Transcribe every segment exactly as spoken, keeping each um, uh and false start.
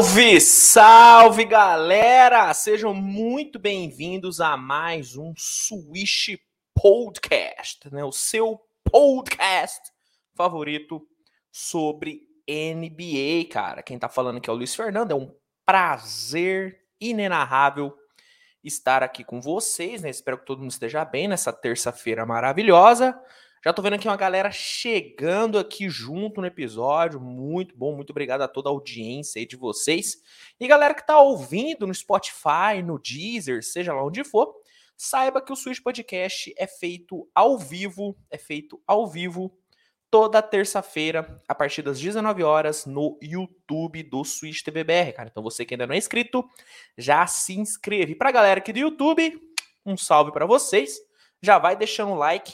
Salve, salve galera! Sejam muito bem-vindos a mais um Swish Podcast, né? O seu podcast favorito sobre N B A, cara. Quem tá falando aqui é o Luiz Fernando, é um prazer inenarrável estar aqui com vocês, né? Espero que todo mundo esteja bem nessa terça-feira maravilhosa. Já tô vendo aqui uma galera chegando aqui junto no episódio. Muito bom, muito obrigado a toda a audiência aí de vocês. E galera que tá ouvindo no Spotify, no Deezer, seja lá onde for, saiba que o Swish Podcast é feito ao vivo, é feito ao vivo toda terça-feira, a partir das dezenove horas, no YouTube do Swish T V B R, cara. Então você que ainda não é inscrito, já se inscreve. E pra galera aqui do YouTube, um salve pra vocês. Já vai deixando o like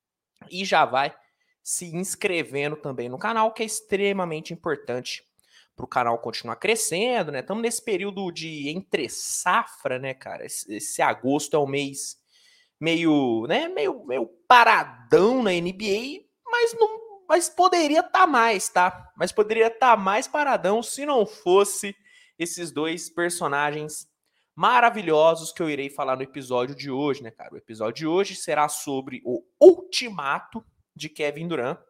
e já vai se inscrevendo também no canal, que é extremamente importante para o canal continuar crescendo, né? Estamos nesse período de entre safra, né, cara? Esse, esse agosto é um mês meio, né, meio, meio paradão na N B A, mas não, mas poderia estar tá mais, tá? Mas poderia estar tá mais paradão se não fosse esses dois personagens maravilhosos que eu irei falar no episódio de hoje, né, cara? O episódio de hoje será sobre o ultimato de Kevin Durant,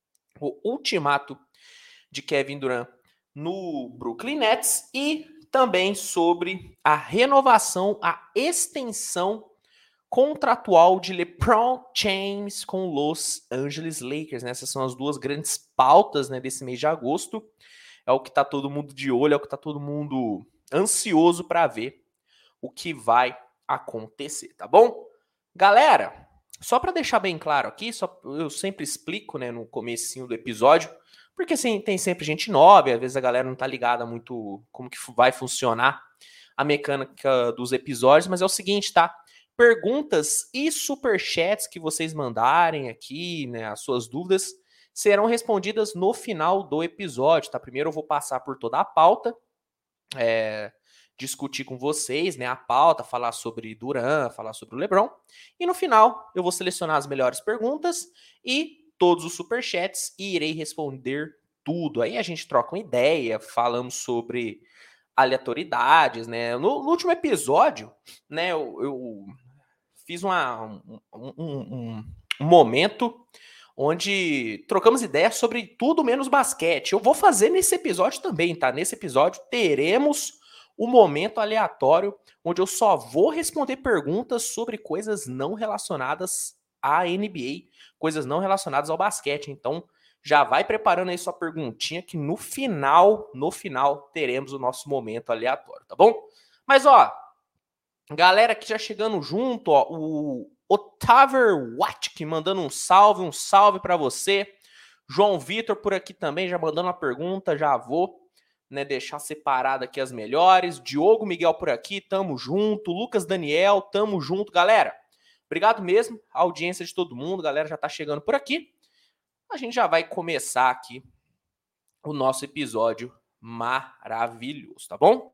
o ultimato de Kevin Durant no Brooklyn Nets e também sobre a renovação, a extensão contratual de LeBron James com Los Angeles Lakers, né? Essas são as duas grandes pautas, né, desse mês de agosto. É o que tá todo mundo de olho, é o que tá todo mundo ansioso para ver o que vai acontecer, tá bom? Galera, só para deixar bem claro aqui, só, eu sempre explico, né, no comecinho do episódio, porque assim, tem sempre gente nova, e às vezes a galera não tá ligada muito como que vai funcionar a mecânica dos episódios, mas é o seguinte, tá? Perguntas e superchats que vocês mandarem aqui, né, as suas dúvidas, serão respondidas no final do episódio, tá? Primeiro eu vou passar por toda a pauta, é... discutir com vocês, né, a pauta, falar sobre Durant, falar sobre o LeBron. E no final, eu vou selecionar as melhores perguntas e todos os superchats e irei responder tudo. Aí a gente troca uma ideia, falamos sobre aleatoriedades, né? No, no último episódio, né, eu, eu fiz uma, um, um, um, um momento onde trocamos ideias sobre tudo menos basquete. Eu vou fazer nesse episódio também, tá? Nesse episódio teremos o momento aleatório, onde eu só vou responder perguntas sobre coisas não relacionadas à N B A, coisas não relacionadas ao basquete. Então, já vai preparando aí sua perguntinha, que no final, no final, teremos o nosso momento aleatório, tá bom? Mas, ó, galera que já chegando junto, ó, o Otávio Watk mandando um salve, um salve para você. João Vitor por aqui também, já mandando uma pergunta, já vou, né, deixar separado aqui as melhores. Diogo Miguel por aqui, tamo junto. Lucas Daniel, tamo junto, galera. Obrigado mesmo, a audiência de todo mundo, galera já tá chegando por aqui. A gente já vai começar aqui o nosso episódio maravilhoso, tá bom?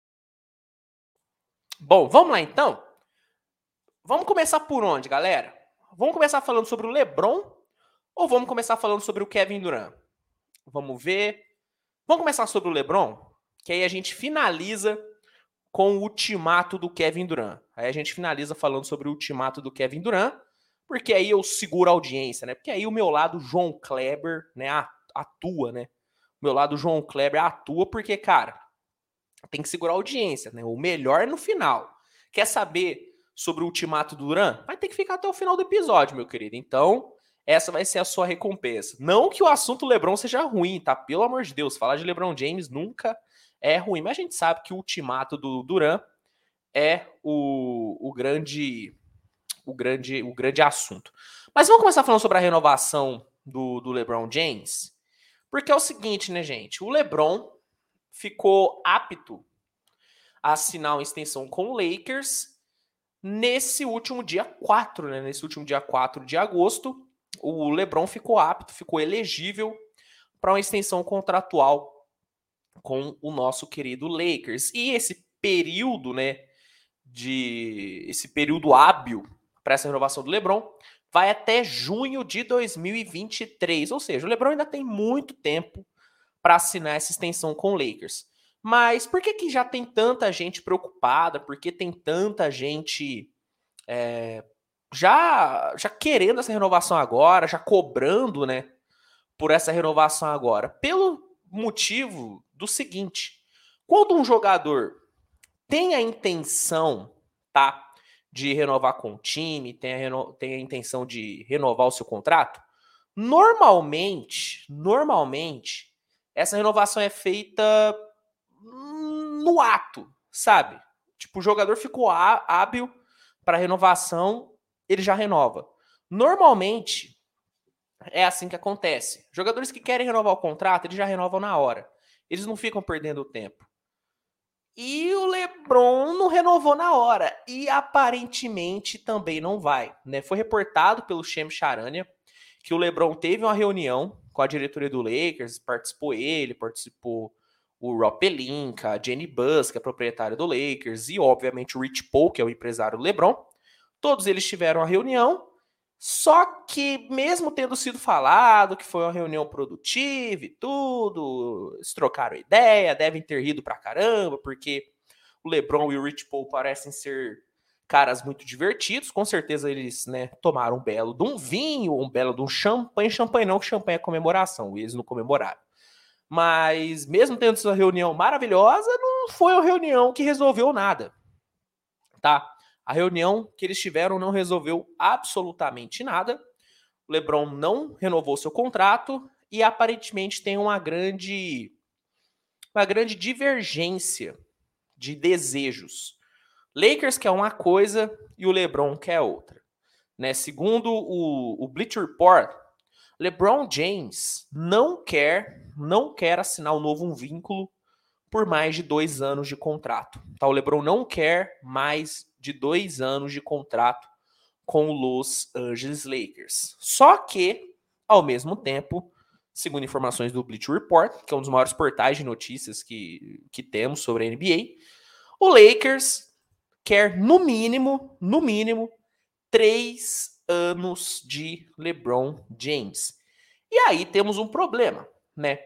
Bom, vamos lá então? Vamos começar por onde, galera? Vamos começar falando sobre o LeBron ou vamos começar falando sobre o Kevin Durant? Vamos ver. Vamos começar sobre o LeBron, que aí a gente finaliza com o ultimato do Kevin Durant. Aí a gente finaliza falando sobre o ultimato do Kevin Durant, porque aí eu seguro a audiência, né? Porque aí o meu lado João Kleber, né, atua, né? O meu lado João Kleber atua porque, cara, tem que segurar a audiência, né? O melhor é no final. Quer saber sobre o ultimato do Durant? Vai ter que ficar até o final do episódio, meu querido. Então, essa vai ser a sua recompensa. Não que o assunto LeBron seja ruim, tá? Pelo amor de Deus, falar de LeBron James nunca é ruim. Mas a gente sabe que o ultimato do Durant é o, o, grande, o, grande, o grande assunto. Mas vamos começar falando sobre a renovação do, do LeBron James? Porque é o seguinte, né, gente? O LeBron ficou apto a assinar uma extensão com o Lakers nesse último dia quatro, né? Nesse último dia quatro de agosto. O LeBron ficou apto, ficou elegível para uma extensão contratual com o nosso querido Lakers. E esse período, né, de esse período hábil para essa renovação do LeBron vai até junho de dois mil e vinte e três, ou seja, o LeBron ainda tem muito tempo para assinar essa extensão com o Lakers. Mas por que, que já tem tanta gente preocupada? Por que tem tanta gente é, já, já querendo essa renovação agora, já cobrando, né, por essa renovação agora? Pelo motivo do seguinte: quando um jogador tem a intenção, tá, de renovar com o time, tem a, reno, tem a intenção de renovar o seu contrato, normalmente, normalmente, essa renovação é feita no ato, sabe? Tipo, o jogador ficou hábil para renovação, ele já renova. Normalmente, é assim que acontece. Jogadores que querem renovar o contrato, eles já renovam na hora. Eles não ficam perdendo tempo. E o LeBron não renovou na hora. E aparentemente também não vai. Né? Foi reportado pelo Shams Charania que o LeBron teve uma reunião com a diretoria do Lakers, participou ele, participou o Rob Pelinka, a Jenny Buss, que é proprietária do Lakers, e obviamente o Rich Paul, que é o empresário do LeBron. Todos eles tiveram uma reunião, só que mesmo tendo sido falado que foi uma reunião produtiva e tudo, eles trocaram ideia, devem ter rido pra caramba, porque o LeBron e o Rich Paul parecem ser caras muito divertidos. Com certeza eles, né, tomaram um belo de um vinho, um belo de um champanhe. Champanhe não, que champanhe é comemoração, eles não comemoraram. Mas mesmo tendo essa reunião maravilhosa, não foi uma reunião que resolveu nada, tá? A reunião que eles tiveram não resolveu absolutamente nada. O LeBron não renovou seu contrato e aparentemente tem uma grande, uma grande divergência de desejos. Lakers quer uma coisa e o LeBron quer outra. Né? Segundo o, o Bleacher Report, LeBron James não quer, não quer assinar um novo um vínculo por mais de dois anos de contrato. Tá? O LeBron não quer mais de dois anos de contrato com o Los Angeles Lakers. Só que, ao mesmo tempo, segundo informações do Bleacher Report, que é um dos maiores portais de notícias que, que temos sobre a N B A, o Lakers quer, no mínimo, no mínimo, três anos de LeBron James. E aí temos um problema, né?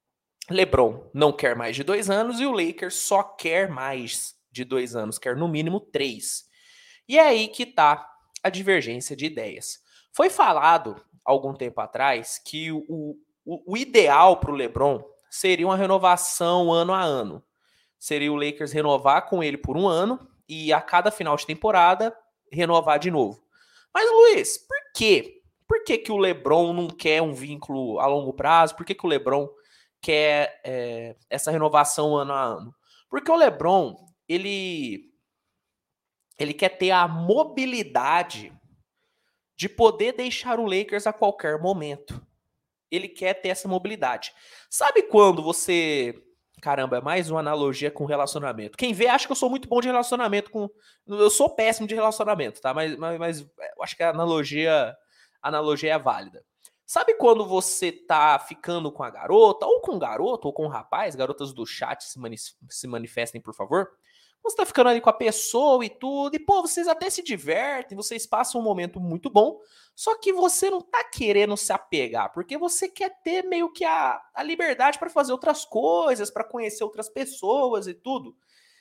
LeBron não quer mais de dois anos e o Lakers só quer mais de dois anos, quer no mínimo três. E é aí que tá a divergência de ideias. Foi falado, algum tempo atrás, que o, o, o ideal para o LeBron seria uma renovação ano a ano. Seria o Lakers renovar com ele por um ano e a cada final de temporada renovar de novo. Mas, Luiz, por quê? Por que, que o LeBron não quer um vínculo a longo prazo? Por que, que o LeBron quer é, essa renovação ano a ano? Porque o LeBron, ele, ele quer ter a mobilidade de poder deixar o Lakers a qualquer momento. Ele quer ter essa mobilidade. Sabe quando você... Caramba, é mais uma analogia com relacionamento. Quem vê acha que eu sou muito bom de relacionamento. Com... Eu sou péssimo de relacionamento, tá? Mas, mas, mas eu acho que a analogia, a analogia é válida. Sabe quando você tá ficando com a garota, ou com um garoto, ou com um rapaz, garotas do chat se, mani se manifestem, por favor. Você tá ficando ali com a pessoa e tudo, e pô, vocês até se divertem, vocês passam um momento muito bom, só que você não tá querendo se apegar, porque você quer ter meio que a, a liberdade para fazer outras coisas, para conhecer outras pessoas e tudo.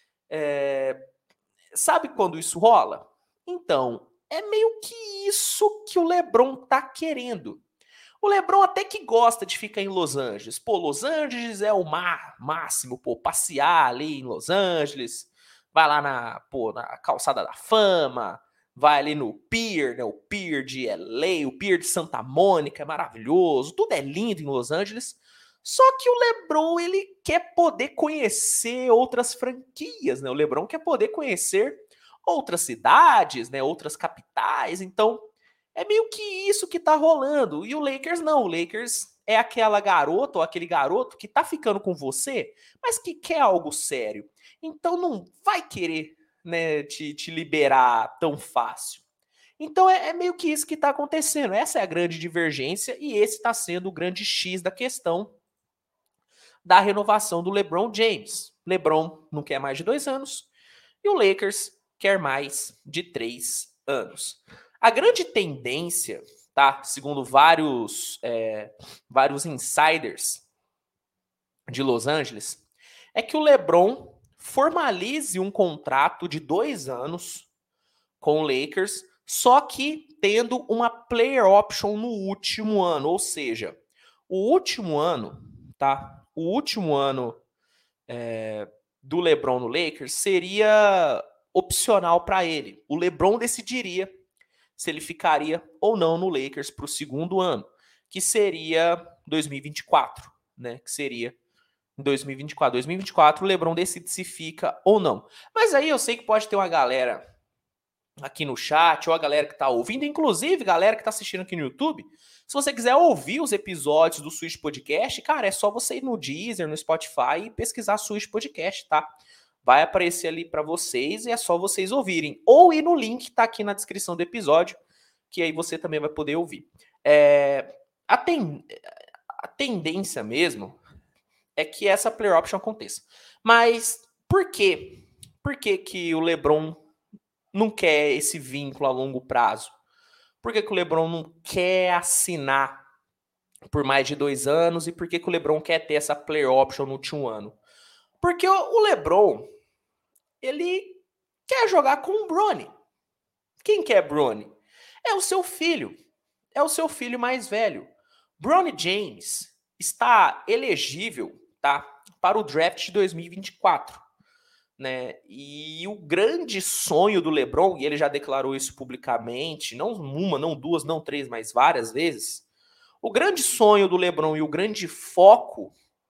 É... Sabe quando isso rola? Então, é meio que isso que o LeBron tá querendo. O LeBron até que gosta de ficar em Los Angeles. Pô, Los Angeles é o mar máximo, pô, passear ali em Los Angeles, vai lá na, pô, na Calçada da Fama, vai ali no Pier, né, o Pier de L A, o Pier de Santa Mônica, é maravilhoso, tudo é lindo em Los Angeles. Só que o LeBron, ele quer poder conhecer outras franquias, né? O LeBron quer poder conhecer outras cidades, né, outras capitais, então é meio que isso que tá rolando. E o Lakers não, o Lakers é aquela garota ou aquele garoto que tá ficando com você, mas que quer algo sério. Então não vai querer, né, te, te liberar tão fácil. Então é, é meio que isso que tá acontecendo. Essa é a grande divergência e esse tá sendo o grande X da questão da renovação do LeBron James. LeBron não quer mais de dois anos e o Lakers quer mais de três anos. A grande tendência, tá, segundo vários, é, vários insiders de Los Angeles, é que o LeBron formalize um contrato de dois anos com o Lakers, só que tendo uma player option no último ano, ou seja, o último ano, tá? O último ano é, do LeBron no Lakers seria opcional para ele. O LeBron decidiria se ele ficaria ou não no Lakers para o segundo ano, que seria dois mil e vinte e quatro, né? Que seria em dois mil e vinte e quatro. dois mil e vinte e quatro, o LeBron decide se fica ou não. Mas aí eu sei que pode ter uma galera aqui no chat, ou a galera que tá ouvindo, inclusive galera que tá assistindo aqui no YouTube, se você quiser ouvir os episódios do Switch Podcast, cara, é só você ir no Deezer, no Spotify e pesquisar Switch Podcast, tá? Vai aparecer ali para vocês e é só vocês ouvirem. Ou ir no link que tá aqui na descrição do episódio, que aí você também vai poder ouvir. É, a, ten, a tendência mesmo é que essa player option aconteça. Mas por quê? Por que que o LeBron não quer esse vínculo a longo prazo? Por que que o LeBron não quer assinar por mais de dois anos? E por que que o LeBron quer ter essa player option no último ano? Porque o LeBron, ele quer jogar com o Bronny. Quem que é Bronny? É o seu filho. É o seu filho mais velho. Bronny James está elegível, tá, para o draft de dois mil e vinte e quatro. Né? E o grande sonho do LeBron, e ele já declarou isso publicamente, não uma, não duas, não três, mas várias vezes, o grande sonho do LeBron e o grande foco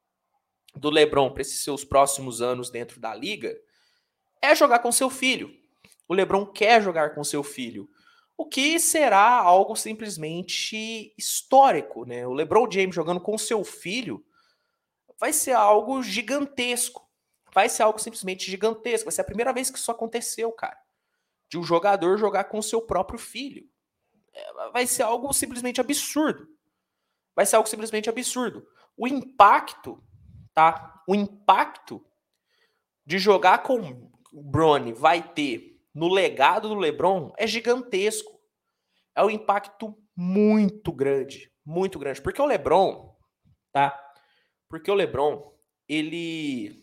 do LeBron para esses seus próximos anos dentro da liga é jogar com seu filho. O LeBron quer jogar com seu filho, o que será algo simplesmente histórico, né? O LeBron James jogando com seu filho vai ser algo gigantesco. Vai ser algo simplesmente gigantesco. Vai ser a primeira vez que isso aconteceu, cara. De um jogador jogar com seu próprio filho. Vai ser algo simplesmente absurdo. Vai ser algo simplesmente absurdo. O impacto, tá? O impacto de jogar com o Bronny vai ter no legado do LeBron é gigantesco. É um impacto muito grande. Muito grande. Porque o LeBron, tá? Porque o LeBron, ele...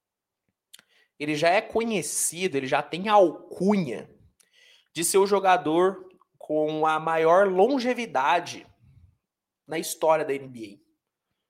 ele já é conhecido, ele já tem a alcunha de ser o jogador com a maior longevidade na história da N B A.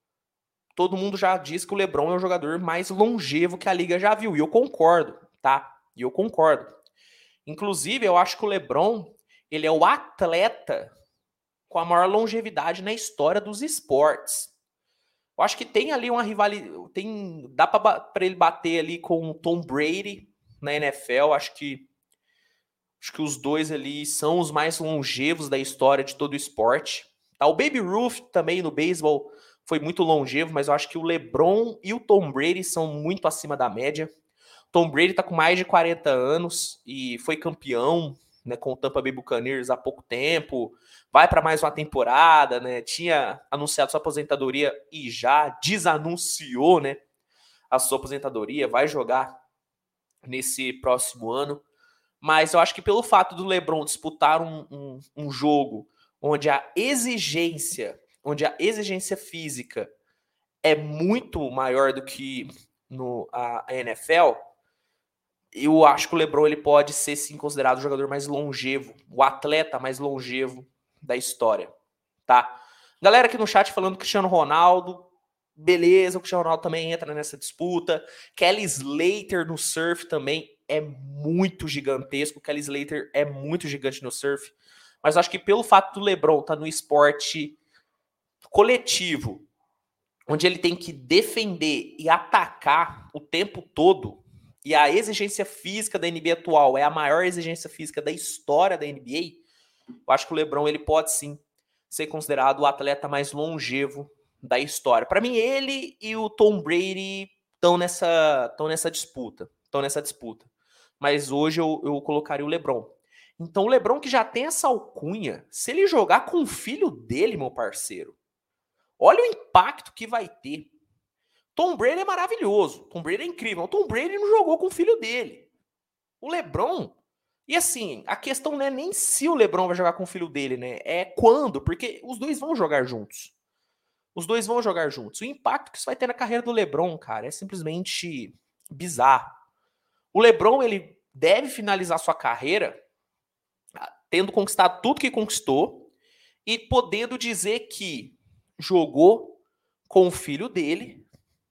Todo mundo já diz que o LeBron é o jogador mais longevo que a liga já viu, e eu concordo, tá? E eu concordo. Inclusive, eu acho que o LeBron, ele é o atleta com a maior longevidade na história dos esportes. Eu acho que tem ali uma rivalidade, tem, dá para ele bater ali com o Tom Brady na N F L. Acho que acho que os dois ali são os mais longevos da história de todo o esporte. Tá, o Babe Ruth também no beisebol foi muito longevo, mas eu acho que o LeBron e o Tom Brady são muito acima da média. Tom Brady tá com mais de quarenta anos e foi campeão, né, com o Tampa Bay Buccaneers há pouco tempo. Vai para mais uma temporada, né? Tinha anunciado sua aposentadoria e já desanunciou, né, a sua aposentadoria. Vai jogar nesse próximo ano. Mas eu acho que pelo fato do LeBron disputar um, um, um jogo onde a exigência, onde a exigência física é muito maior do que no a, a N F L, eu acho que o LeBron ele pode ser sim considerado o jogador mais longevo, o atleta mais longevo da história, tá? Galera aqui no chat falando Cristiano Ronaldo, beleza, o Cristiano Ronaldo também entra nessa disputa. Kelly Slater no surf também é muito gigantesco. Kelly Slater é muito gigante no surf. Mas eu acho que pelo fato do LeBron estar no esporte coletivo, onde ele tem que defender e atacar o tempo todo, e a exigência física da N B A atual é a maior exigência física da história da N B A, eu acho que o LeBron ele pode sim ser considerado o atleta mais longevo da história. Para mim, ele e o Tom Brady estão nessa, estão nessa disputa. Estão nessa disputa. Mas hoje eu, eu colocaria o LeBron. Então o LeBron que já tem essa alcunha, se ele jogar com o filho dele, meu parceiro, olha o impacto que vai ter. Tom Brady é maravilhoso. Tom Brady é incrível. O Tom Brady não jogou com o filho dele. O LeBron... E assim, a questão não é nem se o LeBron vai jogar com o filho dele, né? É quando, porque os dois vão jogar juntos. Os dois vão jogar juntos. O impacto que isso vai ter na carreira do LeBron, cara, é simplesmente bizarro. O LeBron, ele deve finalizar sua carreira tendo conquistado tudo que conquistou e podendo dizer que jogou com o filho dele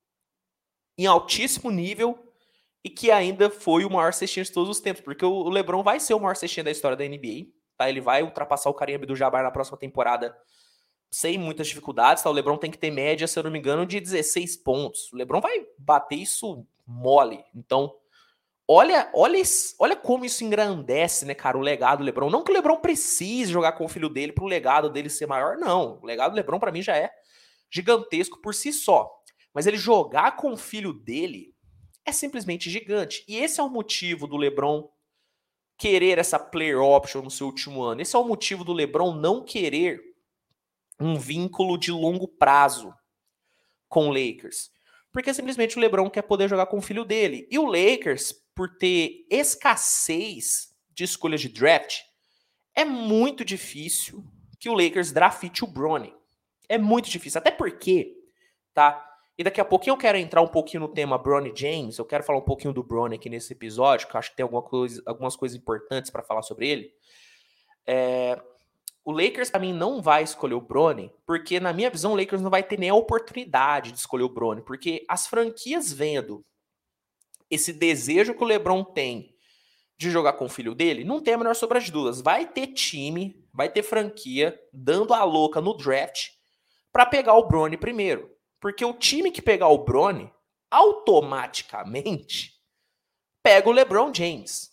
em altíssimo nível e que ainda foi o maior cestinha de todos os tempos, porque o LeBron vai ser o maior cestinha da história da N B A, tá? Ele vai ultrapassar o Kareem Abdul-Jabbar na próxima temporada sem muitas dificuldades, tá? O LeBron tem que ter média, se eu não me engano, de dezesseis pontos. O LeBron vai bater isso mole. Então, olha, olha, olha como isso engrandece, né, cara, o legado do LeBron. Não que o LeBron precise jogar com o filho dele pro legado dele ser maior, não. O legado do LeBron, para mim, já é gigantesco por si só. Mas ele jogar com o filho dele é simplesmente gigante. E esse é o motivo do LeBron querer essa player option no seu último ano. Esse é o motivo do LeBron não querer um vínculo de longo prazo com o Lakers. Porque simplesmente o LeBron quer poder jogar com o filho dele. E o Lakers, por ter escassez de escolhas de draft, é muito difícil que o Lakers drafte o Bronny. É muito difícil. Até porque, tá? E daqui a pouquinho eu quero entrar um pouquinho no tema Bronny James. Eu quero falar um pouquinho do Bronny aqui nesse episódio, que eu acho que tem alguma coisa, algumas coisas importantes para falar sobre ele. É... O Lakers, pra mim, não vai escolher o Bronny, porque, na minha visão, o Lakers não vai ter nem a oportunidade de escolher o Bronny, porque as franquias vendo esse desejo que o LeBron tem de jogar com o filho dele, não tem a menor sombra de dúvidas. Vai ter time, vai ter franquia dando a louca no draft para pegar o Bronny primeiro. Porque o time que pegar o Bronny, automaticamente, pega o LeBron James.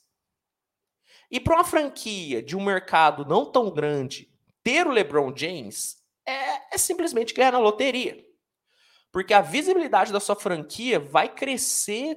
E para uma franquia de um mercado não tão grande, ter o LeBron James é, é simplesmente ganhar na loteria. Porque a visibilidade da sua franquia vai crescer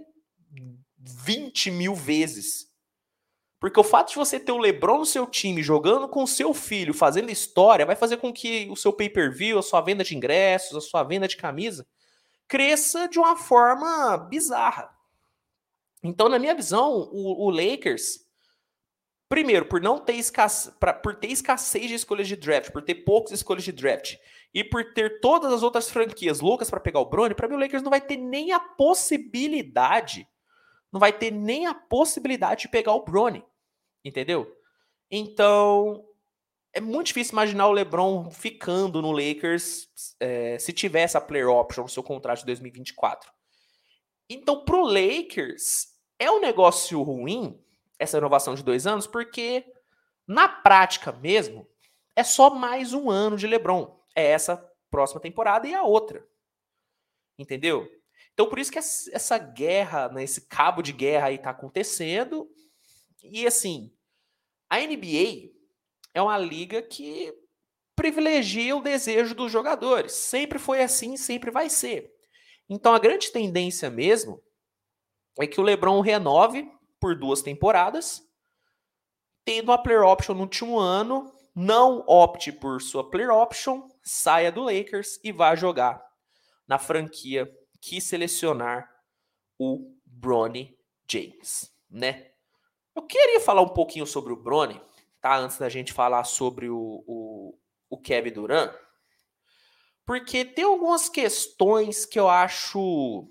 vinte mil vezes. Porque o fato de você ter o LeBron no seu time, jogando com o seu filho, fazendo história, vai fazer com que o seu pay-per-view, a sua venda de ingressos, a sua venda de camisa, cresça de uma forma bizarra. Então, na minha visão, o, o Lakers... Primeiro, por não ter escassez, pra, por ter escassez de escolhas de draft, por ter poucas escolhas de draft, e por ter todas as outras franquias loucas para pegar o Bronny, para mim o Lakers não vai ter nem a possibilidade, não vai ter nem a possibilidade de pegar o Bronny, entendeu? Então, é muito difícil imaginar o LeBron ficando no Lakers é, se tiver essa player option no seu contrato de dois mil e vinte e quatro. Então, pro Lakers, é um negócio ruim, essa renovação de dois anos, porque na prática mesmo, é só mais um ano de LeBron. É essa próxima temporada e a outra. Entendeu? Então, por isso que essa guerra, né, esse cabo de guerra aí tá acontecendo. E assim, a N B A é uma liga que privilegia o desejo dos jogadores. Sempre foi assim, sempre vai ser. Então, a grande tendência mesmo é que o LeBron renove por duas temporadas, tendo a player option no último ano, não opte por sua player option, saia do Lakers e vá jogar na franquia que selecionar o Bronny James, né? Eu queria falar um pouquinho sobre o Bronny, tá? Antes da gente falar sobre o, o, o Kevin Durant, porque tem algumas questões que eu acho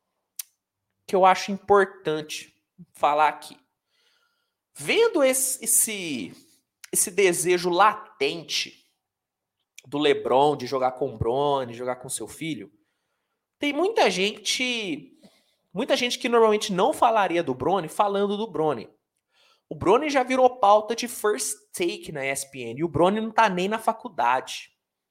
que eu acho importante falar aqui. Vendo esse, esse, esse desejo latente do LeBron de jogar com o Bronny, de jogar com seu filho, tem muita gente, muita gente que normalmente não falaria do Bronny falando do Bronny. O Bronny já virou pauta de first take na E S P N e o Bronny não tá nem na faculdade.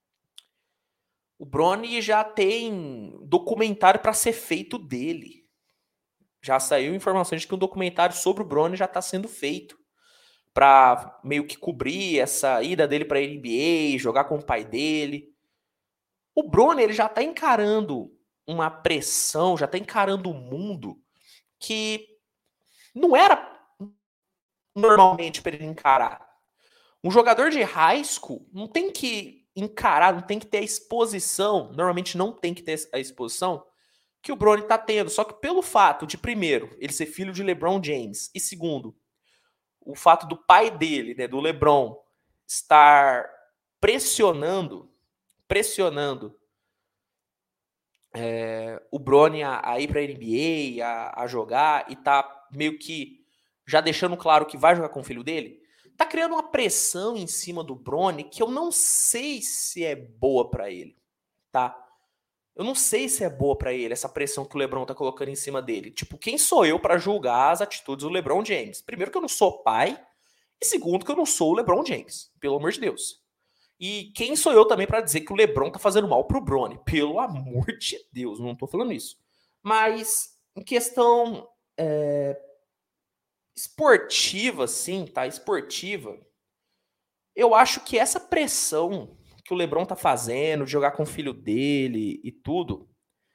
O Bronny já tem documentário para ser feito dele. Já saiu informações de que um documentário sobre o Bronny já está sendo feito para meio que cobrir essa ida dele para a N B A, jogar com o pai dele. O Bronny, ele já está encarando uma pressão, já está encarando um mundo que não era normalmente para ele encarar. Um jogador de high school não tem que encarar, não tem que ter a exposição, normalmente não tem que ter a exposição que o Bronny tá tendo. Só que pelo fato de, primeiro, ele ser filho de LeBron James, e segundo, o fato do pai dele, né, do LeBron, estar pressionando, pressionando é, o Bronny a, a ir pra N B A, a, a jogar, e tá meio que já deixando claro que vai jogar com o filho dele, tá criando uma pressão em cima do Bronny que eu não sei se é boa pra ele, tá? Eu não sei se é boa pra ele essa pressão que o LeBron tá colocando em cima dele. Tipo, quem sou eu pra julgar as atitudes do LeBron James? Primeiro que eu não sou pai, e segundo que eu não sou o LeBron James, pelo amor de Deus. E quem sou eu também pra dizer que o LeBron tá fazendo mal pro Bronny? Pelo amor de Deus, não tô falando isso. Mas em questão é, esportiva, sim, tá? Esportiva, eu acho que essa pressão que o LeBron tá fazendo, de jogar com o filho dele e tudo,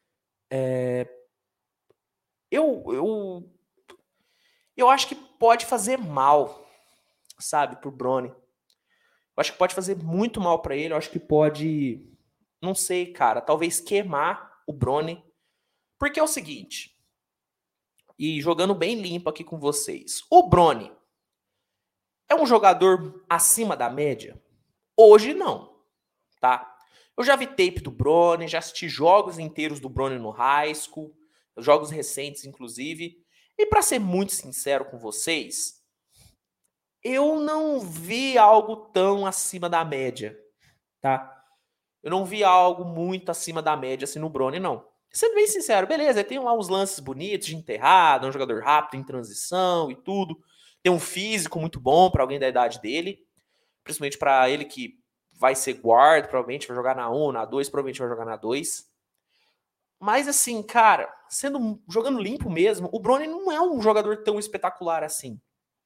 eu, eu, eu acho que pode fazer mal, sabe, pro Bronny. Eu acho que pode fazer muito mal pra ele, eu acho que pode, não sei, cara, talvez queimar o Bronny. Porque é o seguinte, e jogando bem limpo aqui com vocês, o Bronny é um jogador acima da média? Hoje não, tá? Eu já vi tape do Bronny, já assisti jogos inteiros do Bronny no high school, jogos recentes inclusive, e pra ser muito sincero com vocês, eu não vi algo tão acima da média, tá? Eu não vi algo muito acima da média assim no Bronny, não. Sendo bem sincero, beleza, tem lá uns lances bonitos de enterrado, é um jogador rápido em transição e tudo. Tem um físico muito bom pra alguém da idade dele, principalmente pra ele que vai ser guard, provavelmente vai jogar na um, na dois, provavelmente vai jogar na dois. Mas assim, cara, sendo jogando limpo mesmo, o Bronny não é um jogador tão espetacular assim.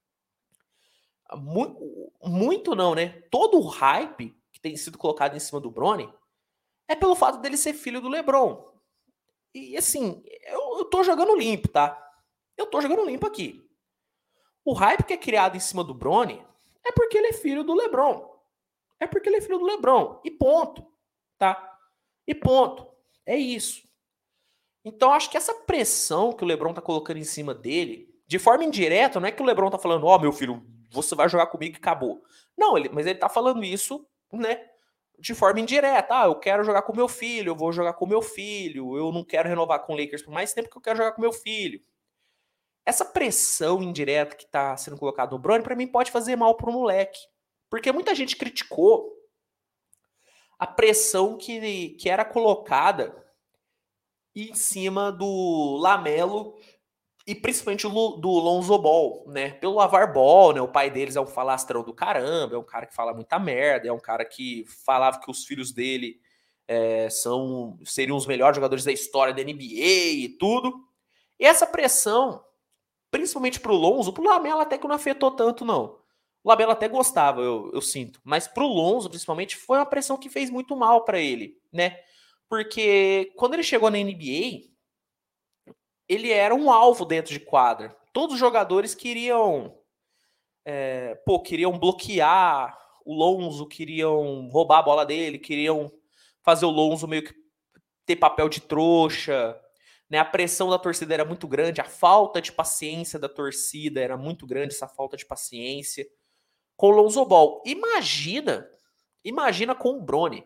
Muito, muito não, né? Todo o hype que tem sido colocado em cima do Bronny é pelo fato dele ser filho do LeBron. E assim, eu, eu tô jogando limpo, tá? Eu tô jogando limpo aqui. O hype que é criado em cima do Bronny é porque ele é filho do LeBron. É porque ele é filho do LeBron. E ponto. Tá? E ponto. É isso. Então acho que essa pressão que o LeBron tá colocando em cima dele, de forma indireta, não é que o LeBron tá falando, ó, oh, meu filho, você vai jogar comigo e acabou. Não, ele, mas ele tá falando isso, né? De forma indireta. Ah, eu quero jogar com meu filho, eu vou jogar com meu filho, eu não quero renovar com o Lakers por mais tempo que eu quero jogar com meu filho. Essa pressão indireta que tá sendo colocada no Bronny, pra mim, pode fazer mal pro moleque. Porque muita gente criticou a pressão que, que era colocada em cima do Lamelo e principalmente do, do Lonzo Ball, né? Pelo LaVar Ball, né? O pai deles é um falastrão do caramba, é um cara que fala muita merda, é um cara que falava que os filhos dele é, são seriam os melhores jogadores da história da N B A e tudo. E essa pressão, principalmente pro Lonzo, pro Lamelo até que não afetou tanto, não. O Lamelo até gostava, eu, eu sinto. Mas pro Lonzo, principalmente, foi uma pressão que fez muito mal para ele, né? Porque quando ele chegou na N B A, ele era um alvo dentro de quadra. Todos os jogadores queriam, é, pô, queriam bloquear o Lonzo, queriam roubar a bola dele, queriam fazer o Lonzo meio que ter papel de trouxa, né? A pressão da torcida era muito grande, a falta de paciência da torcida era muito grande, essa falta de paciência com o Lonzo Ball. Imagina, imagina com o Bronny.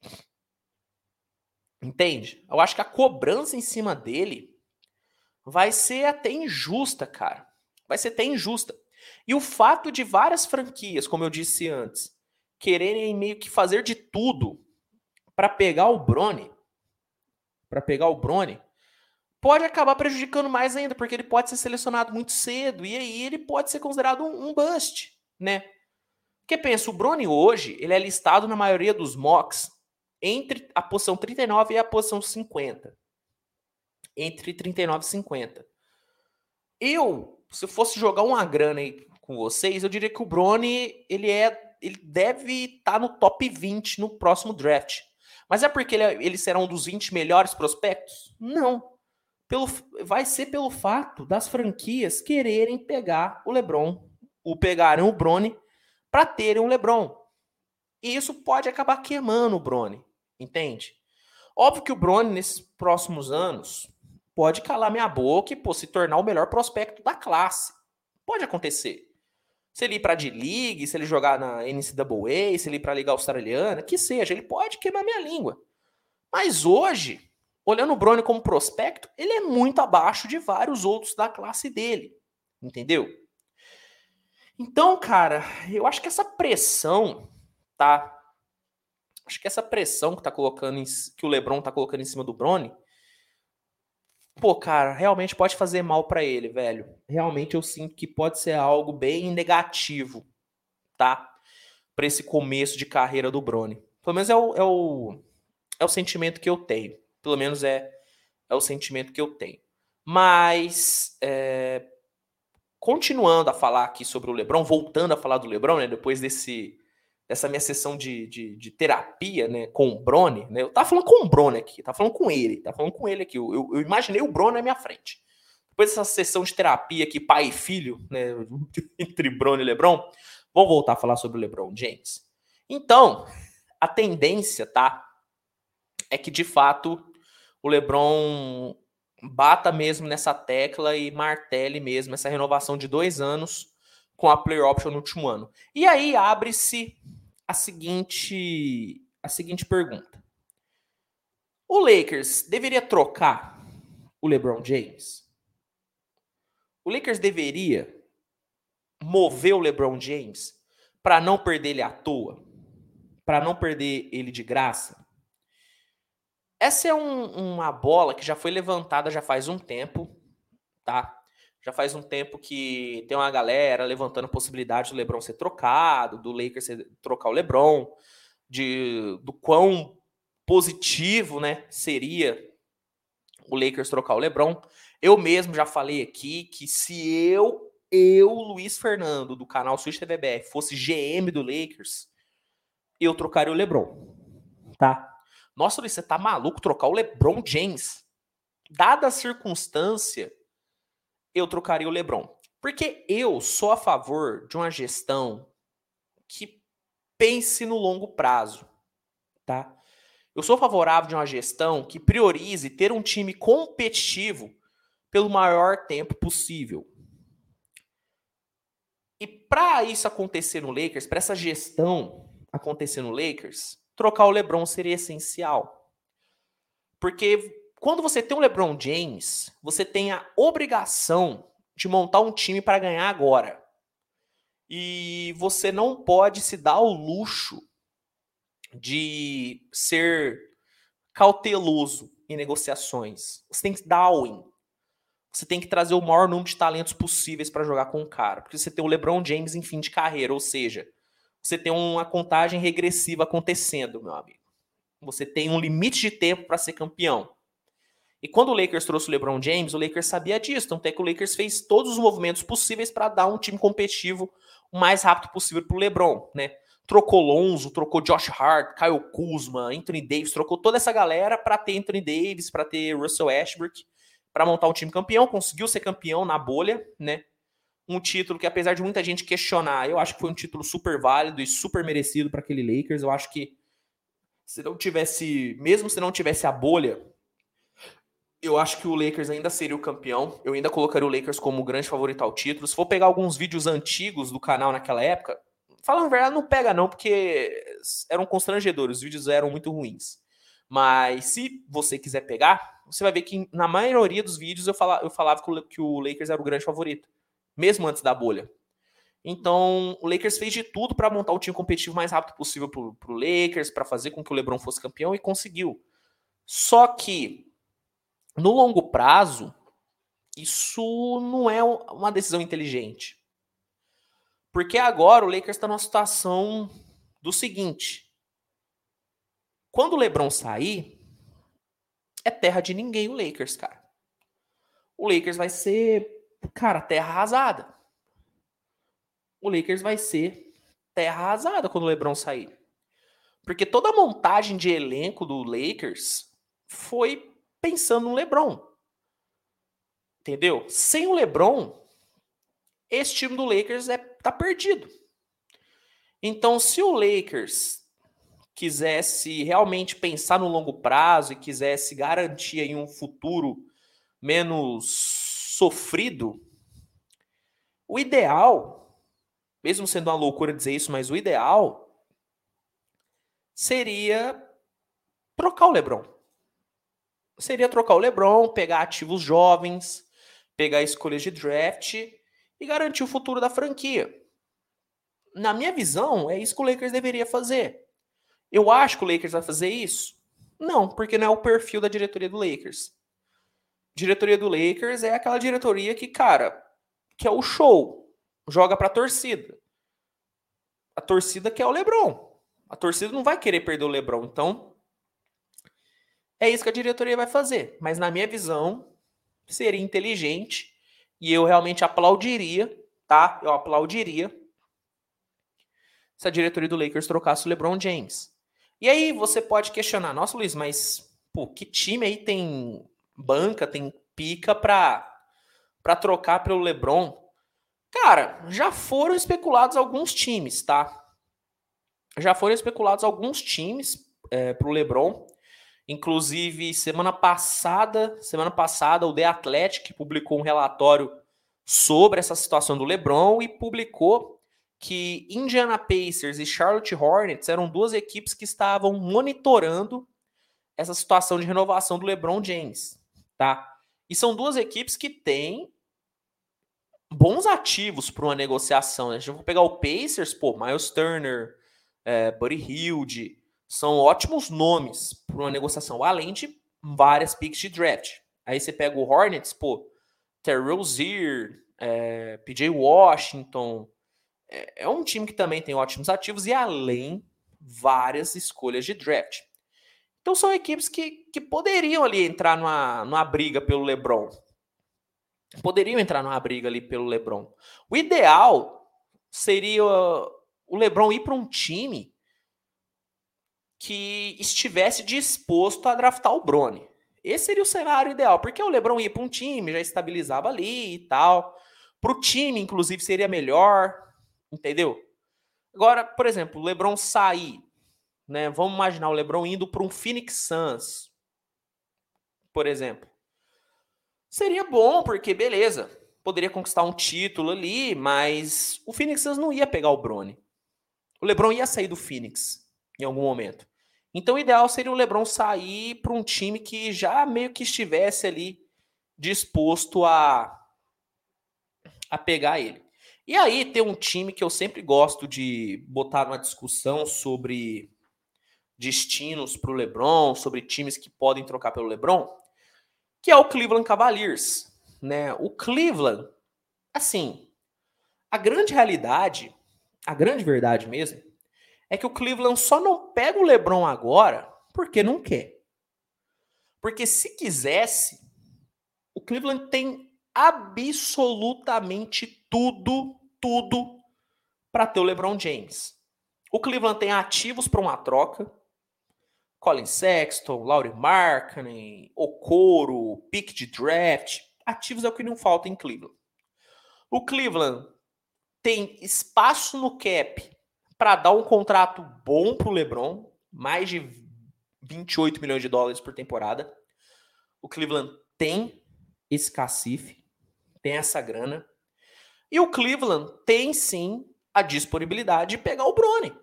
Entende? Eu acho que a cobrança em cima dele vai ser até injusta, cara. Vai ser até injusta. E o fato de várias franquias, como eu disse antes, quererem meio que fazer de tudo para pegar o Bronny, para pegar o Bronny, pode acabar prejudicando mais ainda, porque ele pode ser selecionado muito cedo e aí ele pode ser considerado um, um bust, né? Porque pensa, o Bronny hoje, ele é listado na maioria dos mocks entre a posição trinta e nove e a posição cinquenta. Entre trinta e nove e cinquenta. Eu, se eu fosse jogar uma grana aí com vocês, eu diria que o Bronny, ele é, ele deve estar no top vinte no próximo draft. Mas é porque ele, ele será um dos vinte melhores prospectos? Não. Pelo, vai ser pelo fato das franquias quererem pegar o LeBron, ou pegarem o Bronny, para terem um LeBron. E isso pode acabar queimando o Bronny, entende? Óbvio que o Bronny, nesses próximos anos, pode calar minha boca e pô, se tornar o melhor prospecto da classe. Pode acontecer. Se ele ir para a D-League, se ele jogar na N C double A, se ele ir para a Liga Australiana, que seja, ele pode queimar minha língua. Mas hoje, olhando o Bronny como prospecto, ele é muito abaixo de vários outros da classe dele, entendeu? Então, cara, eu acho que essa pressão, tá? Acho que essa pressão que tá colocando em, que o LeBron tá colocando em cima do Bronny, pô, cara, realmente pode fazer mal pra ele, velho. Realmente eu sinto que pode ser algo bem negativo, tá? Pra esse começo de carreira do Bronny. Pelo menos é o, é o, é o sentimento que eu tenho. Pelo menos é, é o sentimento que eu tenho. Mas, é, continuando a falar aqui sobre o LeBron, voltando a falar do LeBron, né, depois desse, dessa minha sessão de, de, de terapia, né, com o Bronny, né, eu tava falando com o Bronny aqui, tava falando com ele, tava falando com ele aqui, eu, eu, eu imaginei o Bronny na minha frente. Depois dessa sessão de terapia aqui, pai e filho, né, entre Bronny e LeBron, vamos voltar a falar sobre o LeBron James. Então, a tendência, tá, é que de fato o LeBron bata mesmo nessa tecla e martele mesmo essa renovação de dois anos com a player option no último ano. E aí abre-se a seguinte, a seguinte pergunta. O Lakers deveria trocar o LeBron James? O Lakers deveria mover o LeBron James para não perder ele à toa? Para não perder ele de graça? Essa é um, uma bola que já foi levantada já faz um tempo, tá? Já faz um tempo que tem uma galera levantando a possibilidade do LeBron ser trocado, do Lakers ser, trocar o LeBron, de, do quão positivo, né, seria o Lakers trocar o LeBron. Eu mesmo já falei aqui que se eu, eu, Luiz Fernando, do canal Switch T V B R, fosse G M do Lakers, eu trocaria o LeBron, tá? Nossa, Luiz, você tá maluco trocar o LeBron James? Dada a circunstância, eu trocaria o LeBron. Porque eu sou a favor de uma gestão que pense no longo prazo, tá? Eu sou favorável de uma gestão que priorize ter um time competitivo pelo maior tempo possível. E para isso acontecer no Lakers, para essa gestão acontecer no Lakers, trocar o LeBron seria essencial. Porque quando você tem um LeBron James, você tem a obrigação de montar um time para ganhar agora. E você não pode se dar o luxo de ser cauteloso em negociações. Você tem que dar all-in. Você tem que trazer o maior número de talentos possíveis para jogar com o cara. Porque você tem o LeBron James em fim de carreira, ou seja, você tem uma contagem regressiva acontecendo, meu amigo. Você tem um limite de tempo para ser campeão. E quando o Lakers trouxe o LeBron James, o Lakers sabia disso. Então, até que o Lakers fez todos os movimentos possíveis para dar um time competitivo o mais rápido possível para o LeBron, né? Trocou Lonzo, trocou Josh Hart, Kyle Kuzma, Anthony Davis, trocou toda essa galera para ter Anthony Davis, para ter Russell Westbrook, para montar um time campeão. Conseguiu ser campeão na bolha, né? Um título que, apesar de muita gente questionar, eu acho que foi um título super válido e super merecido para aquele Lakers. Eu acho que se não tivesse, mesmo se não tivesse a bolha, eu acho que o Lakers ainda seria o campeão. Eu ainda colocaria o Lakers como o grande favorito ao título. Se for pegar alguns vídeos antigos do canal naquela época, falando a verdade, não pega não, porque eram constrangedores, os vídeos eram muito ruins. Mas se você quiser pegar, você vai ver que na maioria dos vídeos eu falava, eu falava que o Lakers era o grande favorito, mesmo antes da bolha. Então, o Lakers fez de tudo para montar o time competitivo o mais rápido possível pro, pro Lakers, para fazer com que o LeBron fosse campeão, e conseguiu. Só que no longo prazo, isso não é uma decisão inteligente. Porque agora o Lakers está numa situação do seguinte. Quando o LeBron sair, é terra de ninguém o Lakers, cara. O Lakers vai ser, cara, terra arrasada. O Lakers vai ser terra arrasada quando o LeBron sair. Porque toda a montagem de elenco do Lakers foi pensando no LeBron. Entendeu? Sem o LeBron, esse time do Lakers é, tá perdido. Então, se o Lakers quisesse realmente pensar no longo prazo e quisesse garantir aí um futuro menos sofrido, o ideal, mesmo sendo uma loucura dizer isso, mas o ideal seria trocar o LeBron. seria trocar o LeBron, pegar ativos jovens, pegar escolhas de draft e garantir o futuro da franquia. Na minha visão, é isso que o Lakers deveria fazer. Eu acho que o Lakers vai fazer isso? Não, porque não é o perfil da diretoria do Lakers. A diretoria do Lakers é aquela diretoria que, cara, que é o show, joga pra torcida. A torcida quer o LeBron. A torcida não vai querer perder o LeBron, então é isso que a diretoria vai fazer. Mas na minha visão, seria inteligente e eu realmente aplaudiria, tá? Eu aplaudiria se a diretoria do Lakers trocasse o LeBron James. E aí você pode questionar, nossa, Luiz, mas pô, que time aí tem banca, tem pica pra, pra trocar pelo LeBron? Cara, já foram especulados alguns times, tá? Já foram especulados alguns times é, pro LeBron. Inclusive, semana passada, semana passada, o The Athletic publicou um relatório sobre essa situação do LeBron e publicou que Indiana Pacers e Charlotte Hornets eram duas equipes que estavam monitorando essa situação de renovação do LeBron James, tá? E são duas equipes que têm bons ativos para uma negociação, né? A gente vai pegar o Pacers, pô, Miles Turner, é, Buddy Hield, são ótimos nomes para uma negociação, além de várias picks de draft. Aí você pega o Hornets, pô, Terry Rozier, é, P J Washington, é, é um time que também tem ótimos ativos e além várias escolhas de draft. Então são equipes que, que poderiam ali entrar numa, numa briga pelo LeBron. Poderiam entrar numa briga ali pelo LeBron. O ideal seria o LeBron ir para um time que estivesse disposto a draftar o Bronny. Esse seria o cenário ideal, porque o LeBron ia para um time, já estabilizava ali e tal. Para o time, inclusive, seria melhor, entendeu? Agora, por exemplo, o LeBron sair, né? Vamos imaginar o LeBron indo para um Phoenix Suns, por exemplo. Seria bom, porque beleza, poderia conquistar um título ali, mas o Phoenix Suns não ia pegar o Bronny. O LeBron ia sair do Phoenix em algum momento. Então o ideal seria o LeBron sair para um time que já meio que estivesse ali disposto a, a pegar ele. E aí tem um time que eu sempre gosto de botar numa discussão sobre destinos para o LeBron, sobre times que podem trocar pelo LeBron, que é o Cleveland Cavaliers. Né? O Cleveland, assim, a grande realidade, a grande verdade mesmo, é que o Cleveland só não pega o LeBron agora porque não quer. Porque se quisesse, o Cleveland tem absolutamente tudo, tudo para ter o LeBron James. O Cleveland tem ativos para uma troca. Colin Sexton, Lauri Markkanen, Okoro, pick de draft. Ativos é o que não falta em Cleveland. O Cleveland tem espaço no cap para dar um contrato bom para o LeBron, mais de vinte e oito milhões de dólares por temporada. O Cleveland tem esse cacife, tem essa grana. E o Cleveland tem, sim, a disponibilidade de pegar o Bronny.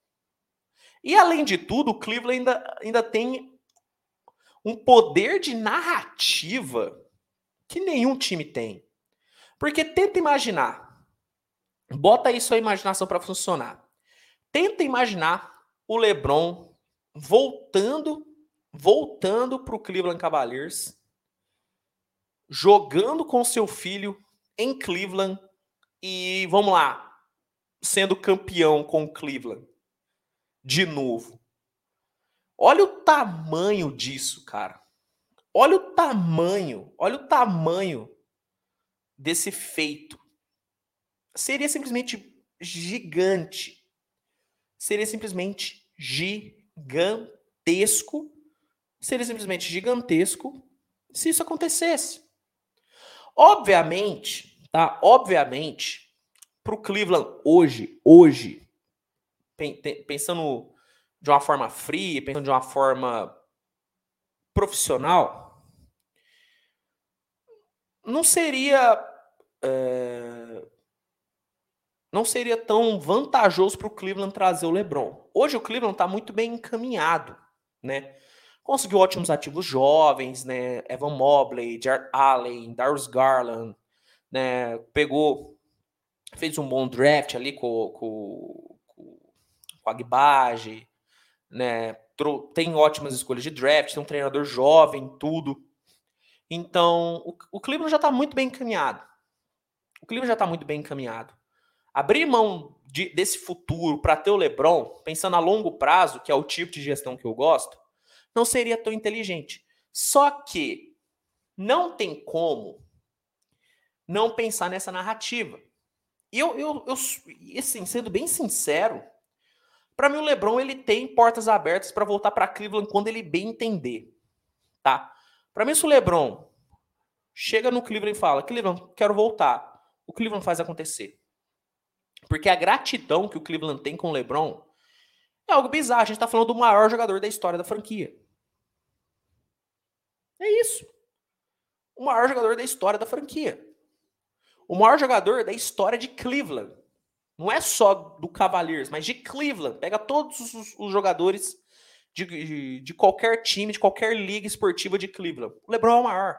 E, além de tudo, o Cleveland ainda, ainda tem um poder de narrativa que nenhum time tem. Porque tenta imaginar, bota aí sua imaginação para funcionar. Tenta imaginar o LeBron voltando, voltando para o Cleveland Cavaliers, jogando com seu filho em Cleveland e, vamos lá, sendo campeão com o Cleveland de novo. Olha o tamanho disso, cara. Olha o tamanho, olha o tamanho desse feito. Seria simplesmente gigante. Seria simplesmente gigantesco. Seria simplesmente gigantesco se isso acontecesse. Obviamente, tá? Obviamente, pro Cleveland hoje, hoje, pensando de uma forma fria, pensando de uma forma profissional, não seria é, não seria tão vantajoso para o Cleveland trazer o LeBron. Hoje o Cleveland está muito bem encaminhado, né? Conseguiu ótimos ativos jovens, né? Evan Mobley, Jarrett Allen, Darius Garland, né? Pegou, fez um bom draft ali com, com, com, com a Agbaji, né? Tem ótimas escolhas de draft, tem um treinador jovem, tudo. Então, o, o Cleveland já está muito bem encaminhado. O Cleveland já está muito bem encaminhado. Abrir mão de, desse futuro para ter o LeBron, pensando a longo prazo, que é o tipo de gestão que eu gosto, não seria tão inteligente. Só que não tem como não pensar nessa narrativa. E eu, eu, eu assim, sendo bem sincero, para mim o LeBron ele tem portas abertas para voltar para Cleveland quando ele bem entender, tá? Para mim se o LeBron chega no Cleveland e fala, Cleveland, quero voltar, o Cleveland faz acontecer. Porque a gratidão que o Cleveland tem com o LeBron é algo bizarro. A gente tá falando do maior jogador da história da franquia. É isso. O maior jogador da história da franquia. O maior jogador da história de Cleveland. Não é só do Cavaliers, mas de Cleveland. Pega todos os, os jogadores de, de, de qualquer time, de qualquer liga esportiva de Cleveland. O LeBron é o maior.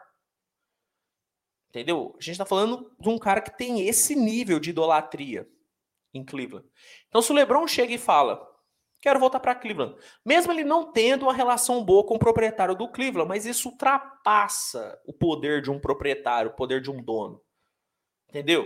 Entendeu? A gente tá falando de um cara que tem esse nível de idolatria em Cleveland. Então, se o LeBron chega e fala, quero voltar para Cleveland, mesmo ele não tendo uma relação boa com o proprietário do Cleveland, mas isso ultrapassa o poder de um proprietário, o poder de um dono. Entendeu?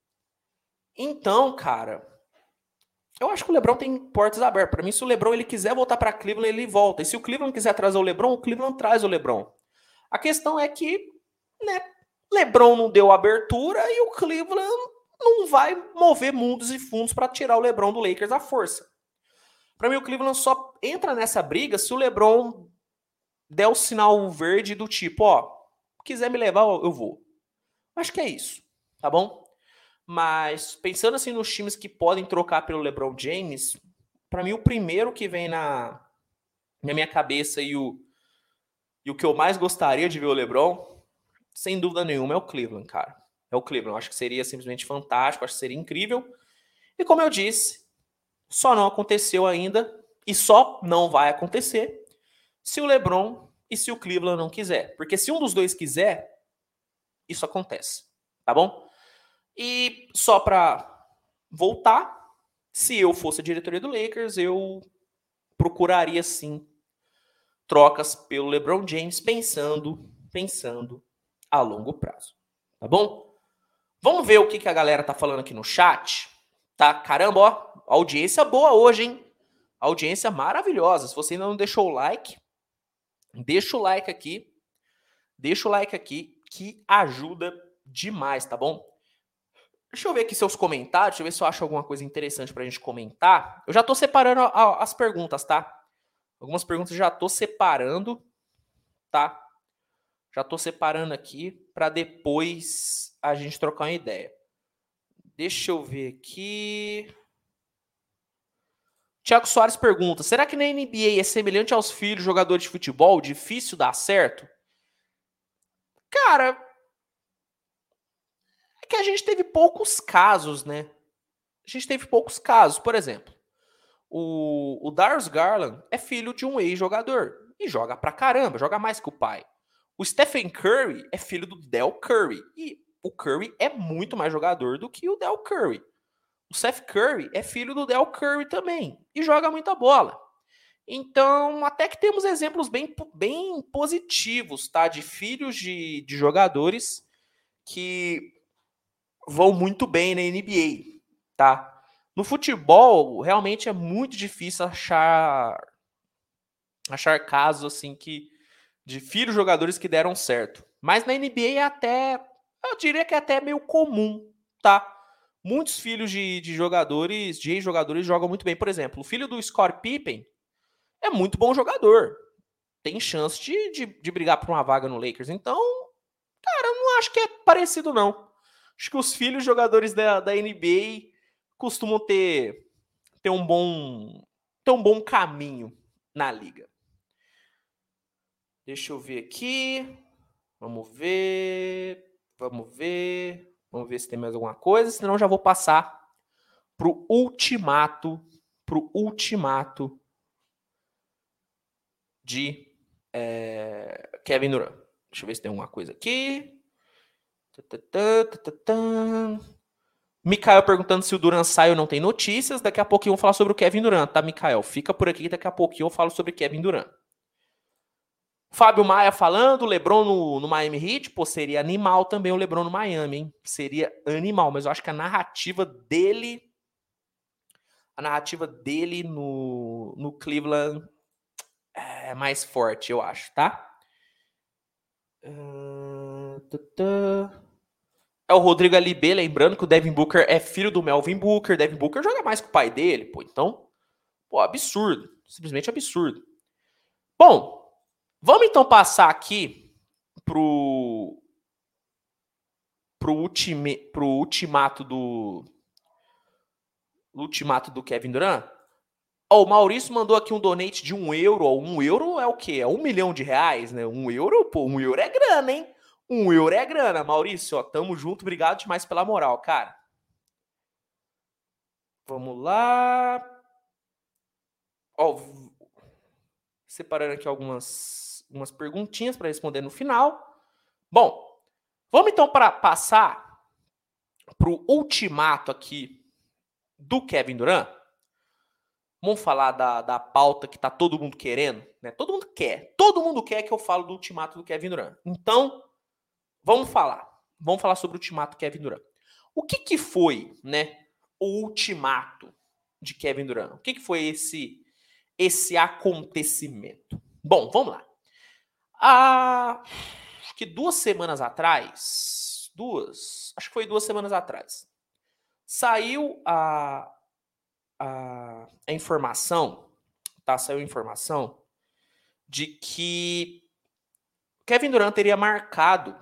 Então, cara, eu acho que o LeBron tem portas abertas. Para mim, se o LeBron ele quiser voltar para Cleveland, ele volta. E se o Cleveland quiser trazer o LeBron, o Cleveland traz o LeBron. A questão é que, né, LeBron não deu abertura e o Cleveland não vai mover mundos e fundos para tirar o LeBron do Lakers à força. Para mim, o Cleveland só entra nessa briga se o LeBron der o sinal verde do tipo, ó, quiser me levar, eu vou. Acho que é isso, tá bom? Mas pensando assim nos times que podem trocar pelo LeBron James, para mim o primeiro que vem na, na minha cabeça e o, e o que eu mais gostaria de ver o LeBron, sem dúvida nenhuma, é o Cleveland, cara. É o Cleveland. Acho que seria simplesmente fantástico, acho que seria incrível. E como eu disse, só não aconteceu ainda e só não vai acontecer se o LeBron e se o Cleveland não quiser. Porque se um dos dois quiser, isso acontece, tá bom? E só para voltar, se eu fosse a diretoria do Lakers, eu procuraria sim trocas pelo LeBron James pensando, pensando a longo prazo, tá bom? Vamos ver o que, que a galera tá falando aqui no chat. Tá? Caramba, ó, audiência boa hoje, hein? Audiência maravilhosa. Se você ainda não deixou o like, deixa o like aqui. Deixa o like aqui, que ajuda demais, tá bom? Deixa eu ver aqui seus comentários, deixa eu ver se eu acho alguma coisa interessante pra gente comentar. Eu já tô separando a, a, as perguntas, tá? Algumas perguntas eu já tô separando, tá? Já tô separando aqui pra depois a gente trocar uma ideia. Deixa eu ver aqui. Tiago Soares pergunta, será que na N B A é semelhante aos filhos jogadores de futebol? Difícil dar certo? Cara, é que a gente teve poucos casos, né? A gente teve poucos casos. Por exemplo, o, o Darius Garland é filho de um ex-jogador e joga pra caramba, joga mais que o pai. O Stephen Curry é filho do Del Curry e o Curry é muito mais jogador do que o Del Curry. O Seth Curry é filho do Del Curry também e joga muita bola. Então, até que temos exemplos bem, bem positivos, tá? De filhos de, de jogadores que vão muito bem na N B A, tá? No futebol, realmente é muito difícil achar achar casos assim que de filhos de jogadores que deram certo. Mas na N B A é até, eu diria que é até meio comum, tá? Muitos filhos de, de jogadores, de ex-jogadores jogam muito bem. Por exemplo, o filho do Scott Pippen é muito bom jogador. Tem chance de, de, de brigar por uma vaga no Lakers. Então, cara, eu não acho que é parecido, não. Acho que os filhos jogadores da, da N B A costumam ter, ter, um bom, ter um bom caminho na liga. Deixa eu ver aqui. Vamos ver. Vamos ver. Vamos ver se tem mais alguma coisa. Senão eu já vou passar pro ultimato. Pro ultimato de É, Kevin Durant. Deixa eu ver se tem alguma coisa aqui. Mikael perguntando se o Durant sai ou não tem notícias. Daqui a pouquinho eu vou falar sobre o Kevin Durant, tá, Mikael? Fica por aqui, daqui a pouquinho eu falo sobre Kevin Durant. Fábio Maia falando, LeBron no, no Miami Heat, pô, seria animal também o LeBron no Miami, hein? Seria animal, mas eu acho que a narrativa dele, a narrativa dele no, no Cleveland é mais forte, eu acho, tá? Uh, é o Rodrigo Alibê, lembrando que o Devin Booker é filho do Melvin Booker, Devin Booker joga mais que o pai dele, pô, então, pô, absurdo, simplesmente absurdo. Bom, vamos então passar aqui pro pro, ultime, pro ultimato do ultimato do Kevin Durant. Ó, o Maurício mandou aqui um donate de um euro. Ó, um euro é o quê? É um milhão de reais, né? Um euro, pô, um euro é grana, hein? Um euro é grana. Maurício, ó, tamo junto. Obrigado demais pela moral, cara. Vamos lá. Ó, separando aqui algumas, algumas perguntinhas para responder no final. Bom, vamos então para passar pro ultimato aqui do Kevin Durant. Vamos falar da, da pauta que tá todo mundo querendo, né? Todo mundo quer. Todo mundo quer que eu falo do ultimato do Kevin Durant. Então, vamos falar. Vamos falar sobre o ultimato do Kevin Durant. O que que foi, né, o ultimato de Kevin Durant? O que que foi esse, esse acontecimento? Bom, vamos lá. Há, acho que duas semanas atrás, duas, acho que foi duas semanas atrás, saiu a, a, a informação, tá? Saiu a informação de que Kevin Durant teria marcado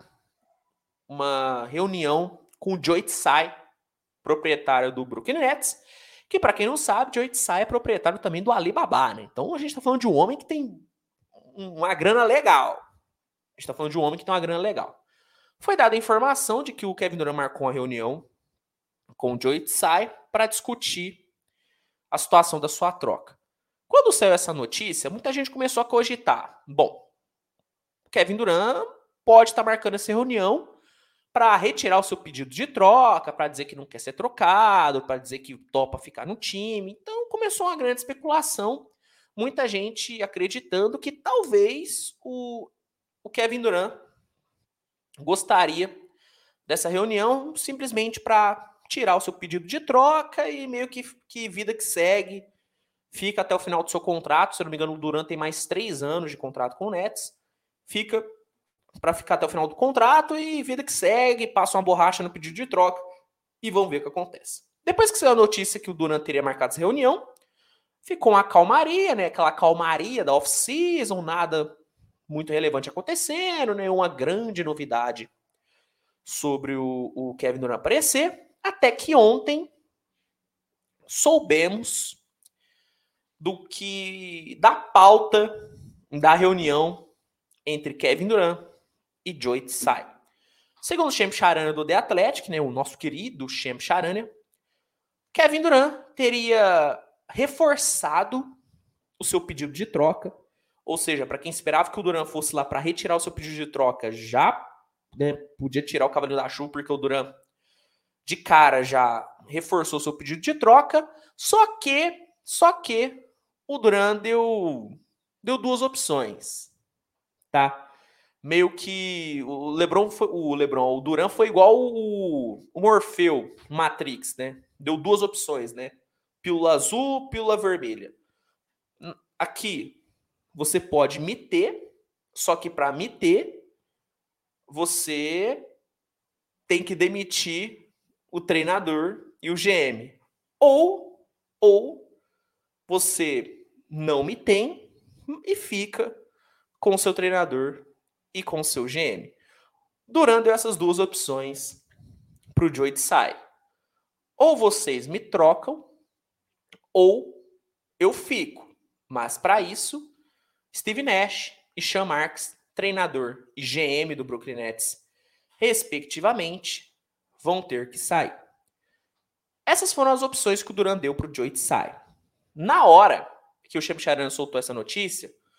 uma reunião com o Joe Tsai, proprietário do Brooklyn Nets, que, para quem não sabe, Joe Tsai é proprietário também do Alibaba, né? Então a gente está falando de um homem que tem uma grana legal. A gente está falando de um homem que tem uma grana legal. Foi dada a informação de que o Kevin Durant marcou uma reunião com o Joe Tsai para discutir a situação da sua troca. Quando saiu essa notícia, muita gente começou a cogitar. Bom, o Kevin Durant pode estar marcando essa reunião para retirar o seu pedido de troca, para dizer que não quer ser trocado, para dizer que topa ficar no time. Então começou uma grande especulação. Muita gente acreditando que talvez o, o Kevin Durant gostaria dessa reunião simplesmente para tirar o seu pedido de troca e meio que, que vida que segue. Fica até o final do seu contrato. Se eu não me engano, o Durant tem mais três anos de contrato com o Nets. Fica para ficar até o final do contrato e vida que segue, passa uma borracha no pedido de troca e vamos ver o que acontece. Depois que saiu a notícia que o Durant teria marcado essa reunião, ficou uma calmaria, né? Aquela calmaria da off-season, nada muito relevante acontecendo, né? Uma grande novidade sobre o, o Kevin Durant aparecer, até que ontem soubemos do que da pauta da reunião entre Kevin Durant e Joe Tsai. Segundo o Shams Charania do The Athletic, né, o nosso querido Shams Charania, Kevin Durant teria reforçado o seu pedido de troca, ou seja, para quem esperava que o Durant fosse lá para retirar o seu pedido de troca, já, né, podia tirar o cavaleiro da chuva, porque o Durant de cara já reforçou o seu pedido de troca, só que, só que o Durant deu, deu duas opções, tá? Meio que o LeBron, foi, o LeBron, o Durant foi igual o, o Morfeu, Matrix, né? Deu duas opções, né? Pílula azul, pílula vermelha. Aqui, você pode me ter, só que para me ter, você tem que demitir o treinador e o G M. Ou, ou você não me tem e fica com o seu treinador e com o seu G M. Durant deu essas duas opções para o Joe Tsai. Ou vocês me trocam, ou eu fico. Mas para isso, Steve Nash e Sean Marks, treinador e G M do Brooklyn Nets, respectivamente, vão ter que sair. Essas foram as opções que o Durant deu para o Joe Tsai. Na hora que o Shams Charania soltou essa notícia,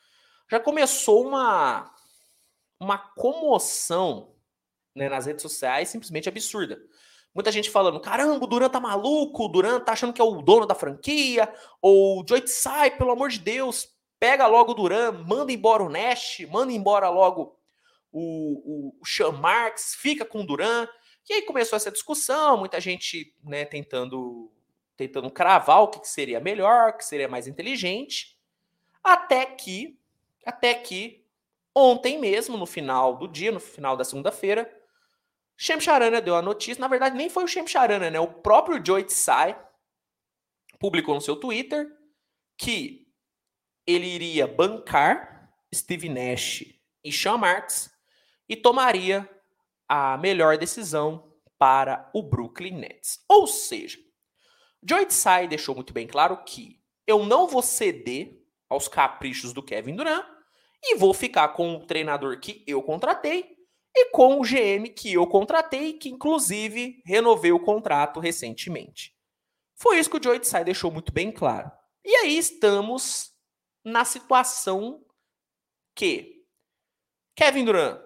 já começou uma, uma comoção, né, nas redes sociais simplesmente absurda. Muita gente falando, caramba, o Durant tá maluco, o Durant tá achando que é o dono da franquia, ou o Joe Tsai, pelo amor de Deus, pega logo o Durant, manda embora o Nash, manda embora logo o, o, o Sean Marks, fica com o Durant. E aí começou essa discussão, muita gente, né, tentando, tentando cravar o que seria melhor, o que seria mais inteligente, até que, até que ontem mesmo, no final do dia, no final da segunda-feira, Shams Charania deu a notícia, na verdade nem foi o Shams Charania, né? O próprio Joe Tsai publicou no seu Twitter que ele iria bancar Steve Nash e Sean Marks e tomaria a melhor decisão para o Brooklyn Nets. Ou seja, Joe Tsai deixou muito bem claro que eu não vou ceder aos caprichos do Kevin Durant e vou ficar com o treinador que eu contratei e com o G M que eu contratei, que inclusive renovei o contrato recentemente. Foi isso que o Joe Tsai deixou muito bem claro. E aí estamos na situação que Kevin Durant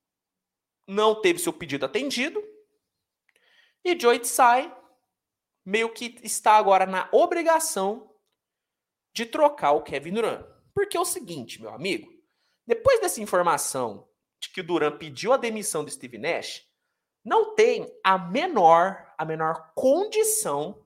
não teve seu pedido atendido e Joe Tsai meio que está agora na obrigação de trocar o Kevin Durant. Porque é o seguinte, meu amigo, depois dessa informação de que o Durant pediu a demissão do Steve Nash, não tem a menor, a menor condição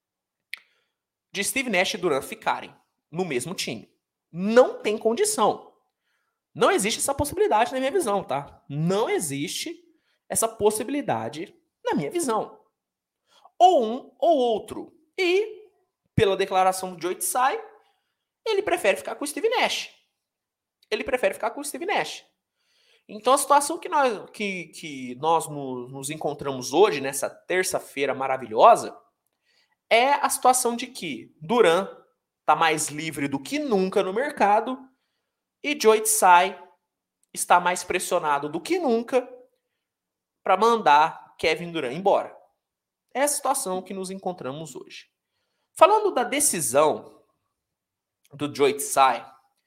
de Steve Nash e Durant ficarem no mesmo time. Não tem condição. Não existe essa possibilidade na minha visão, tá? Não existe essa possibilidade na minha visão. Ou um ou outro. E, pela declaração do Joe Tsai, ele prefere ficar com o Steve Nash. Ele prefere ficar com o Steve Nash. Então, a situação que nós, que, que nós nos, nos encontramos hoje, nessa terça-feira maravilhosa, é a situação de que Durant está mais livre do que nunca no mercado e Joe Tsai está mais pressionado do que nunca para mandar Kevin Durant embora. É a situação que nos encontramos hoje. Falando da decisão do Joe Tsai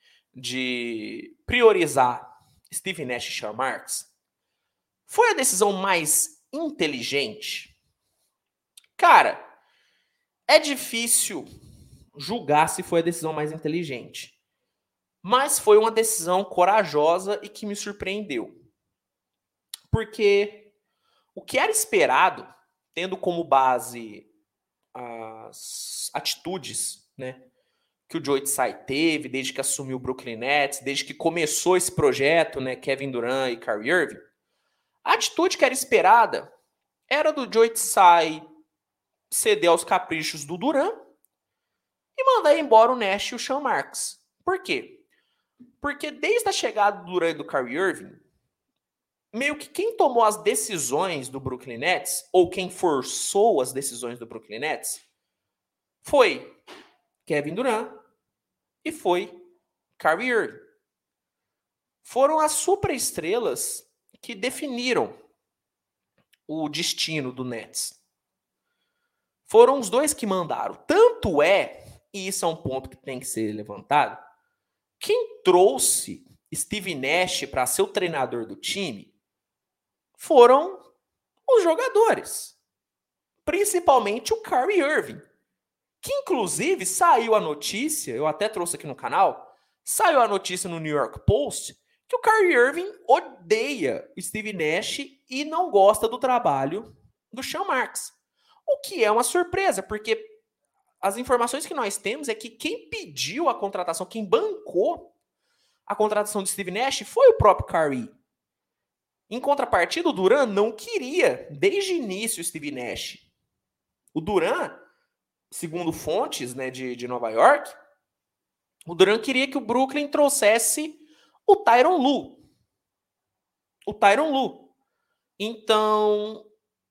de priorizar Steve Nash e Sean Marks, foi a decisão mais inteligente? Cara, é difícil julgar se foi a decisão mais inteligente. Mas foi uma decisão corajosa e que me surpreendeu. Porque o que era esperado, tendo como base as atitudes, né, que o Joe Tsai teve desde que assumiu o Brooklyn Nets, desde que começou esse projeto, né, Kevin Durant e Kyrie Irving, a atitude que era esperada era do Joe Tsai ceder aos caprichos do Durant e mandar embora o Nash e o Sean Marks. Por quê? Porque desde a chegada do Durant e do Kyrie Irving, meio que quem tomou as decisões do Brooklyn Nets, ou quem forçou as decisões do Brooklyn Nets, foi Kevin Durant e foi Kyrie Irving. Foram as superestrelas que definiram o destino do Nets. Foram os dois que mandaram. Tanto é, e isso é um ponto que tem que ser levantado, quem trouxe Steve Nash para ser o treinador do time foram os jogadores. Principalmente o Kyrie Irving. Que inclusive saiu a notícia, eu até trouxe aqui no canal, saiu a notícia no New York Post que o Kyrie Irving odeia o Steve Nash e não gosta do trabalho do Sean Marks. O que é uma surpresa, porque as informações que nós temos é que quem pediu a contratação, quem bancou a contratação de Steve Nash foi o próprio Kyrie. Em contrapartida, o Durant não queria, desde o início, o Steve Nash. O Durant, segundo fontes, né, de, de Nova York, o Durant queria que o Brooklyn trouxesse o Tyronn Lue. O Tyronn Lue. Então,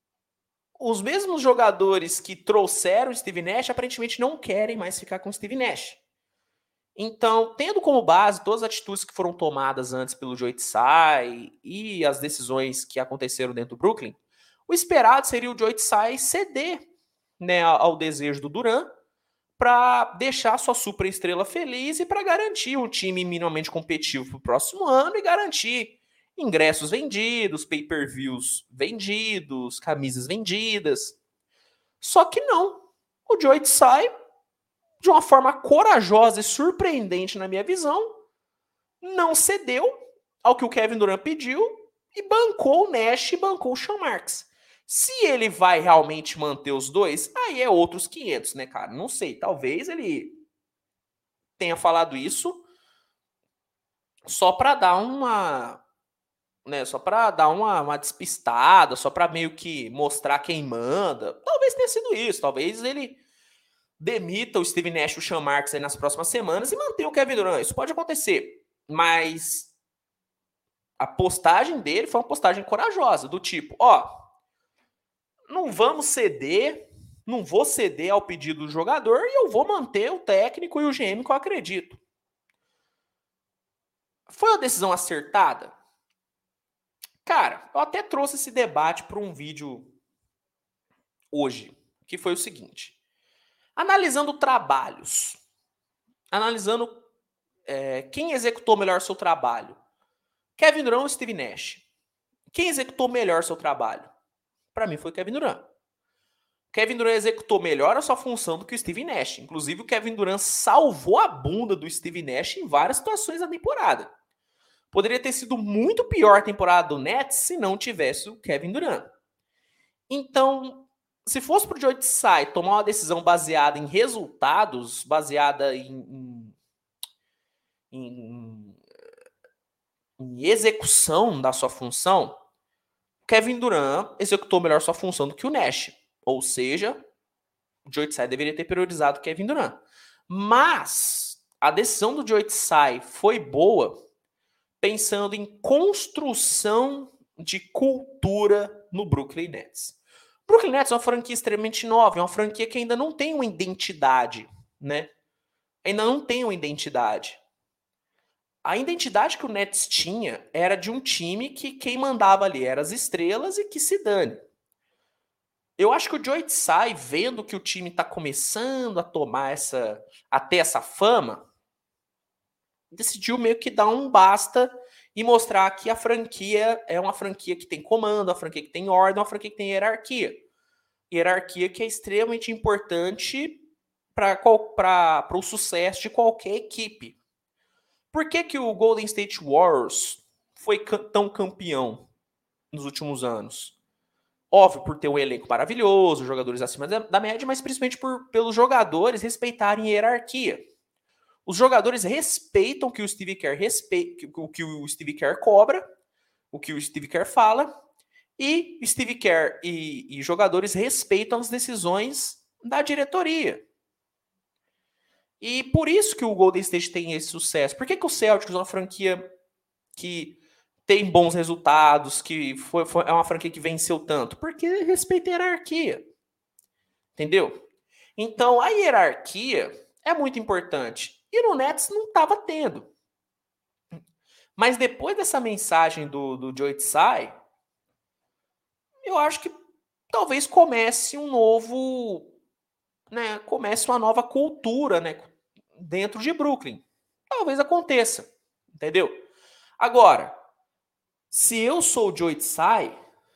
os mesmos jogadores que trouxeram o Steve Nash aparentemente não querem mais ficar com o Steve Nash. Então, tendo como base todas as atitudes que foram tomadas antes pelo Joe Tsai e as decisões que aconteceram dentro do Brooklyn, o esperado seria o Joe Tsai ceder, né, ao desejo do Durant para deixar sua superestrela feliz e para garantir um time minimamente competitivo para o próximo ano e garantir ingressos vendidos, pay-per-views vendidos, camisas vendidas. Só que não. O Joey Tsai, de uma forma corajosa e surpreendente na minha visão, não cedeu ao que o Kevin Durant pediu e bancou o Nash e bancou o Sean Marks. Se ele vai realmente manter os dois, aí é outros quinhentos, né, cara? Não sei, talvez ele tenha falado isso só para dar uma, né, só para dar uma, uma despistada, só para meio que mostrar quem manda. Talvez tenha sido isso, talvez ele demita o Steve Nash e o Sean Marks aí nas próximas semanas e mantenha o Kevin Durant. Isso pode acontecer, mas a postagem dele foi uma postagem corajosa, do tipo, ó, não vamos ceder, não vou ceder ao pedido do jogador e eu vou manter o técnico e o G M que eu acredito. Foi uma decisão acertada? Cara, eu até trouxe esse debate para um vídeo hoje, que foi o seguinte. Analisando trabalhos, analisando é, quem executou melhor seu trabalho. Kevin Durant ou Steve Nash? Quem executou melhor seu trabalho? Para mim foi Kevin Durant. Kevin Durant executou melhor a sua função do que o Steve Nash. Inclusive, o Kevin Durant salvou a bunda do Steve Nash em várias situações da temporada. Poderia ter sido muito pior a temporada do Nets se não tivesse o Kevin Durant. Então, se fosse para o Joey Tsai tomar uma decisão baseada em resultados, baseada em, em, em, em execução da sua função, Kevin Durant executou melhor sua função do que o Nash. Ou seja, o Joey Tsai deveria ter priorizado o Kevin Durant. Mas a decisão do Joey Tsai foi boa pensando em construção de cultura no Brooklyn Nets. O Brooklyn Nets é uma franquia extremamente nova, é uma franquia que ainda não tem uma identidade, né? Ainda não tem uma identidade. A identidade que o Nets tinha era de um time que quem mandava ali eram as estrelas e que se dane. Eu acho que o Joey Tsai, vendo que o time está começando a tomar essa, a ter essa fama, decidiu meio que dar um basta e mostrar que a franquia é uma franquia que tem comando, uma franquia que tem ordem, uma franquia que tem hierarquia. Hierarquia que é extremamente importante para o sucesso de qualquer equipe. Por que que o Golden State Warriors foi tão campeão nos últimos anos? Óbvio, por ter um elenco maravilhoso, jogadores acima da média, mas principalmente por, pelos jogadores respeitarem a hierarquia. Os jogadores respeitam o que o Steve Kerr respeita, o que o Steve Kerr cobra, o que o Steve Kerr fala, e Steve Kerr e, e jogadores respeitam as decisões da diretoria. E por isso que o Golden State tem esse sucesso. Por que, que o Celtics é uma franquia que tem bons resultados, que foi, foi, é uma franquia que venceu tanto? Porque respeita a hierarquia. Entendeu? Então, a hierarquia é muito importante. E no Nets não estava tendo. Mas depois dessa mensagem do, do Joey Tsai, eu acho que talvez comece um novo... Né, comece uma nova cultura, né, dentro de Brooklyn. Talvez aconteça. Entendeu? Agora, se eu sou o Joey Tsai,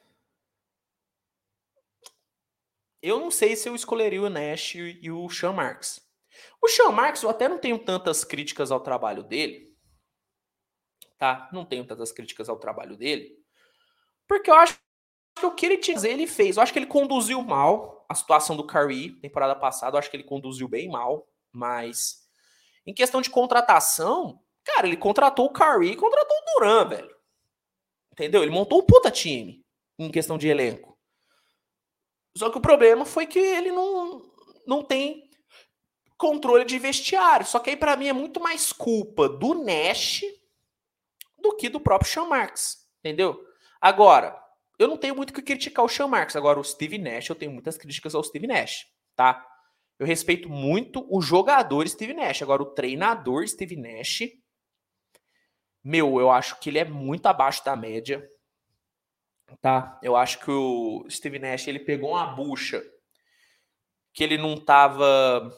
eu não sei se eu escolheria o Nash e o Sean Marks. O Sean Marks, eu até não tenho tantas críticas ao trabalho dele, tá? Não tenho tantas críticas ao trabalho dele, porque eu acho que o que ele tinha, ele fez. Eu acho que ele conduziu mal a situação do Curry, temporada passada, eu acho que ele conduziu bem mal, mas em questão de contratação, cara, ele contratou o Curry e contratou o Durant, velho. Entendeu? Ele montou um puta time em questão de elenco. Só que o problema foi que ele não, não tem controle de vestiário. Só que aí, pra mim, é muito mais culpa do Nash do que do próprio Sean Marks. Entendeu? Agora, eu não tenho muito o que criticar o Sean Marks. Agora, o Steve Nash, eu tenho muitas críticas ao Steve Nash, tá? Eu respeito muito o jogador Steve Nash. Agora, o treinador Steve Nash, meu, eu acho que ele é muito abaixo da média. Tá? Eu acho que o Steve Nash ele pegou uma bucha que ele não tava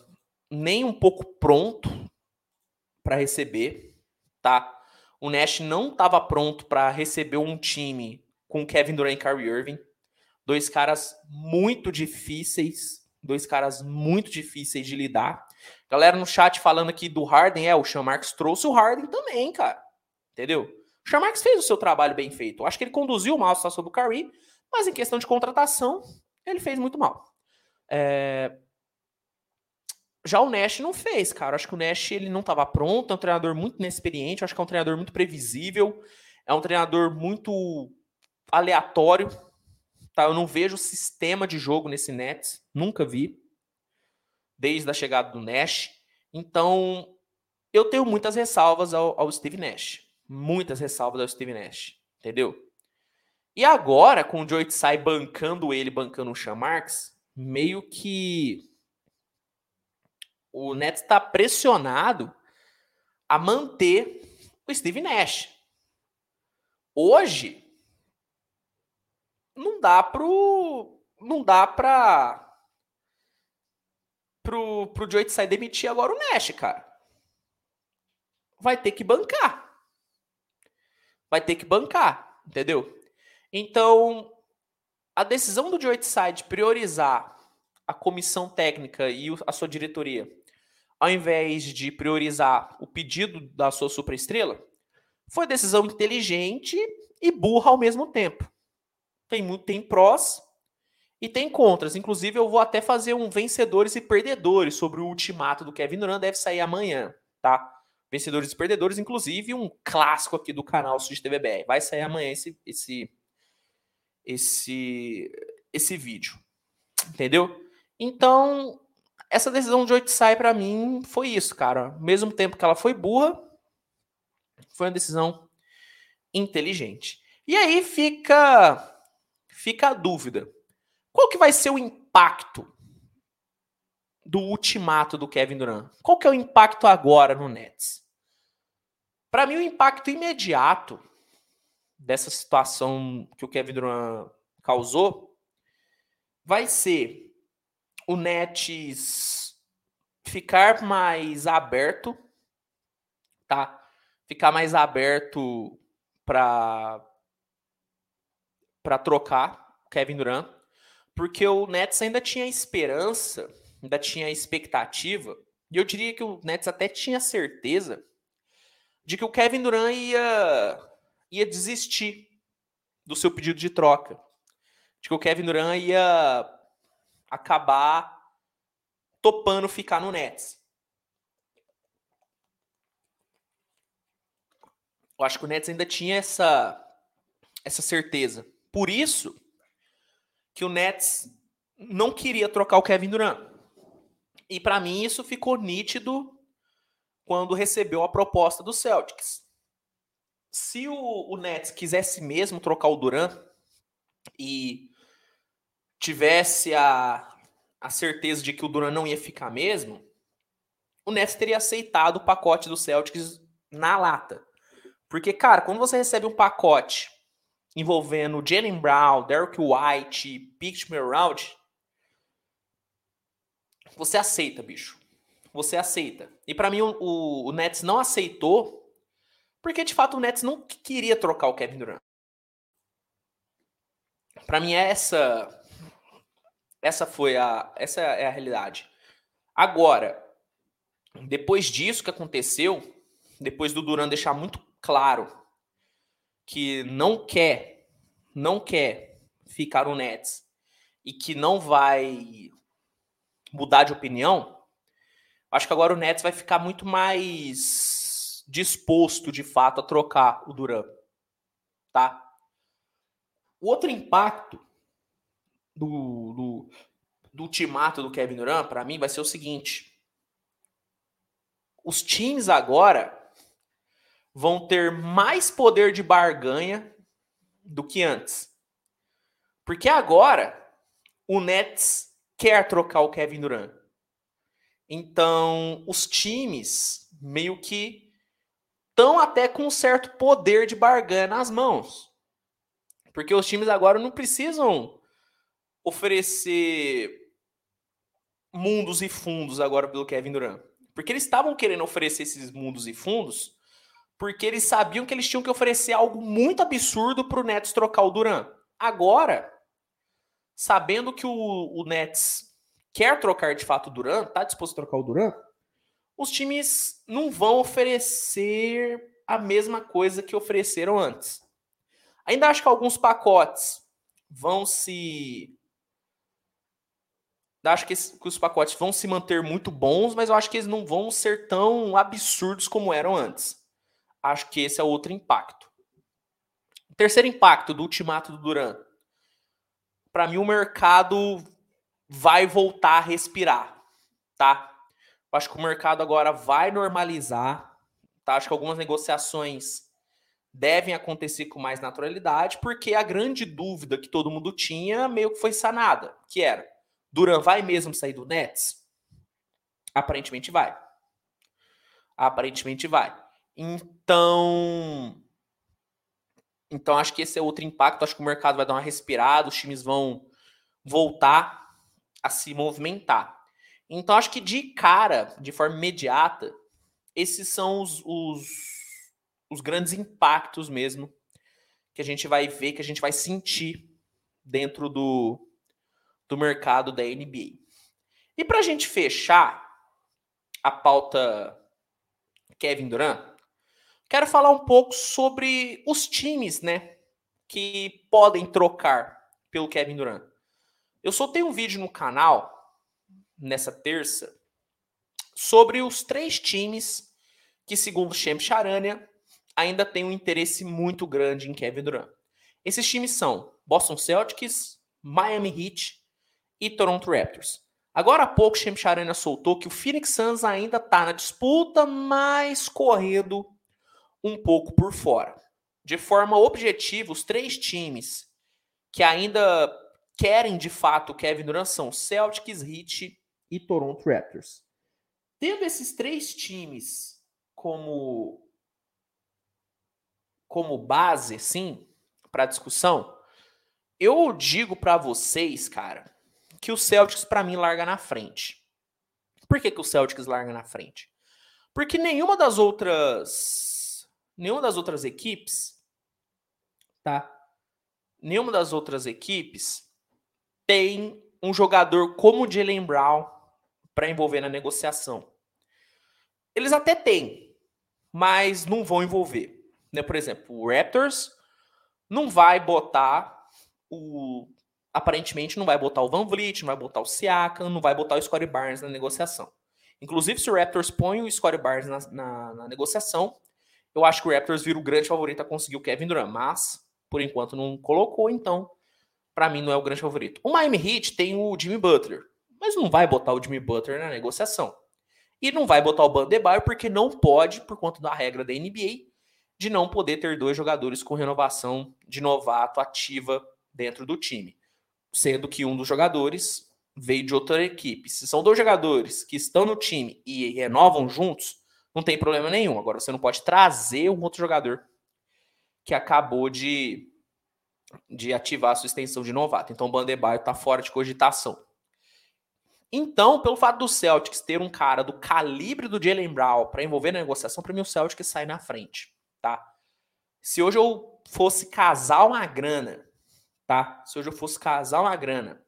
nem um pouco pronto para receber, tá? O Nash não estava pronto para receber um time com Kevin Durant e Kyrie Irving. Dois caras muito difíceis, dois caras muito difíceis de lidar. Galera no chat falando aqui do Harden, é, o Sean Marks trouxe o Harden também, cara. Entendeu? O Sean Marks fez o seu trabalho bem feito. Eu acho que ele conduziu mal a situação do Kyrie, mas em questão de contratação, ele fez muito mal. É... Já o Nash não fez, cara. Eu acho que o Nash ele não estava pronto, é um treinador muito inexperiente, eu acho que é um treinador muito previsível, é um treinador muito aleatório. Tá? Eu não vejo sistema de jogo nesse Nets, nunca vi, desde a chegada do Nash. Então, eu tenho muitas ressalvas ao, ao Steve Nash. Muitas ressalvas ao Steve Nash, entendeu? E agora, com o Joe Tsai bancando ele, bancando o Sean Marks, meio que o Nets está pressionado a manter o Steve Nash. Hoje, não dá pro... Não dá pra... Pro, pro Joe Tsai demitir agora o Nash, cara. Vai ter que bancar. Vai ter que bancar, entendeu? Então, a decisão do Joe Tsai de priorizar a comissão técnica e a sua diretoria, ao invés de priorizar o pedido da sua superestrela, foi decisão inteligente e burra ao mesmo tempo. Tem, tem prós e tem contras. Inclusive, eu vou até fazer um vencedores e perdedores sobre o ultimato do Kevin Durant. Deve sair amanhã, tá? Vencedores e perdedores, inclusive um clássico aqui do canal Switch T V B R. Vai sair amanhã esse, esse, esse, esse vídeo. Entendeu? Então, essa decisão de Joe Tsai pra mim foi isso, cara. Ao mesmo tempo que ela foi burra, foi uma decisão inteligente. E aí fica, fica a dúvida. Qual que vai ser o impacto do ultimato do Kevin Durant? Qual que é o impacto agora no Nets? Para mim, o impacto imediato dessa situação que o Kevin Durant causou vai ser o Nets ficar mais aberto, tá? Ficar mais aberto para para trocar o Kevin Durant, porque o Nets ainda tinha esperança, ainda tinha expectativa, e eu diria que o Nets até tinha certeza de que o Kevin Durant ia, ia desistir do seu pedido de troca, de que o Kevin Durant ia acabar topando ficar no Nets. Eu acho que o Nets ainda tinha essa, essa certeza. Por isso que o Nets não queria trocar o Kevin Durant. E para mim isso ficou nítido quando recebeu a proposta do Celtics. Se o, o Nets quisesse mesmo trocar o Durant e tivesse a, a certeza de que o Durant não ia ficar mesmo, o Nets teria aceitado o pacote do Celtics na lata. Porque, cara, quando você recebe um pacote envolvendo Jaylen Brown, Derrick White, Pete Maravich, você aceita, bicho. Você aceita. E para mim o, o, o Nets não aceitou, porque de fato o Nets não queria trocar o Kevin Durant. Para mim essa essa foi a essa é a realidade. Agora, depois disso que aconteceu, depois do Durant deixar muito claro que não quer, não quer ficar no Nets e que não vai mudar de opinião, acho que agora o Nets vai ficar muito mais disposto, de fato, a trocar o Durant, tá? O outro impacto do, do, do ultimato do Kevin Durant, para mim, vai ser o seguinte. Os times agora vão ter mais poder de barganha do que antes. Porque agora o Nets quer trocar o Kevin Durant. Então, os times meio que estão até com um certo poder de barganha nas mãos. Porque os times agora não precisam oferecer mundos e fundos agora pelo Kevin Durant. Porque eles estavam querendo oferecer esses mundos e fundos porque eles sabiam que eles tinham que oferecer algo muito absurdo para o Nets trocar o Durant. Agora, sabendo que o, o Nets quer trocar de fato o Durant, está disposto a trocar o Durant, os times não vão oferecer a mesma coisa que ofereceram antes. Ainda acho que alguns pacotes vão se... Acho que, esse, que os pacotes vão se manter muito bons, mas eu acho que eles não vão ser tão absurdos como eram antes. Acho que esse é outro impacto. O terceiro impacto do ultimato do Durant. Para mim, o mercado vai voltar a respirar, tá? Eu acho que o mercado agora vai normalizar, tá? Acho que algumas negociações devem acontecer com mais naturalidade, porque a grande dúvida que todo mundo tinha meio que foi sanada, que era, Durant vai mesmo sair do Nets? Aparentemente vai. Aparentemente vai. Então, então acho que esse é outro impacto. Acho que o mercado vai dar uma respirada, os times vão voltar a se movimentar. Então, acho que de cara, de forma imediata, esses são os, os, os grandes impactos mesmo que a gente vai ver, que a gente vai sentir dentro do, do mercado da N B A. E para a gente fechar a pauta Kevin Durant, quero falar um pouco sobre os times, né, que podem trocar pelo Kevin Durant. Eu soltei um vídeo no canal nessa terça sobre os três times que, segundo Shams Charania, ainda tem um interesse muito grande em Kevin Durant. Esses times são Boston Celtics, Miami Heat e Toronto Raptors. Agora há pouco, Shams Charania soltou que o Phoenix Suns ainda está na disputa, mas correndo um pouco por fora. De forma objetiva, os três times que ainda querem de fato o Kevin Durant são Celtics, Heat e Toronto Raptors. Tendo esses três times como como base, sim, para discussão, eu digo para vocês, cara, que o Celtics para mim larga na frente. Por que que o Celtics larga na frente? Porque nenhuma das outras nenhuma das outras equipes, tá? Nenhuma das outras equipes tem um jogador como o Jaylen Brown para envolver na negociação. Eles até têm, mas não vão envolver. Né? Por exemplo, o Raptors não vai botar o... Aparentemente não vai botar o Van Vliet, não vai botar o Siakam, não vai botar o Scottie Barnes na negociação. Inclusive, se o Raptors põe o Scottie Barnes na, na, na negociação, eu acho que o Raptors vira o grande favorito a conseguir o Kevin Durant. Mas, por enquanto, não colocou, então, para mim, não é o grande favorito. O Miami Heat tem o Jimmy Butler, mas não vai botar o Jimmy Butler na negociação. E não vai botar o Bam Adebayo porque não pode, por conta da regra da N B A, de não poder ter dois jogadores com renovação de novato ativa dentro do time. Sendo que um dos jogadores veio de outra equipe. Se são dois jogadores que estão no time e renovam juntos, não tem problema nenhum. Agora, você não pode trazer um outro jogador que acabou de, de ativar a sua extensão de novato. Então, o Bam Adebayo está fora de cogitação. Então, pelo fato do Celtics ter um cara do calibre do Jaylen Brown para envolver na negociação, para mim o Celtics sai na frente, tá? Se hoje eu fosse casar uma grana, tá? Se hoje eu fosse casar uma grana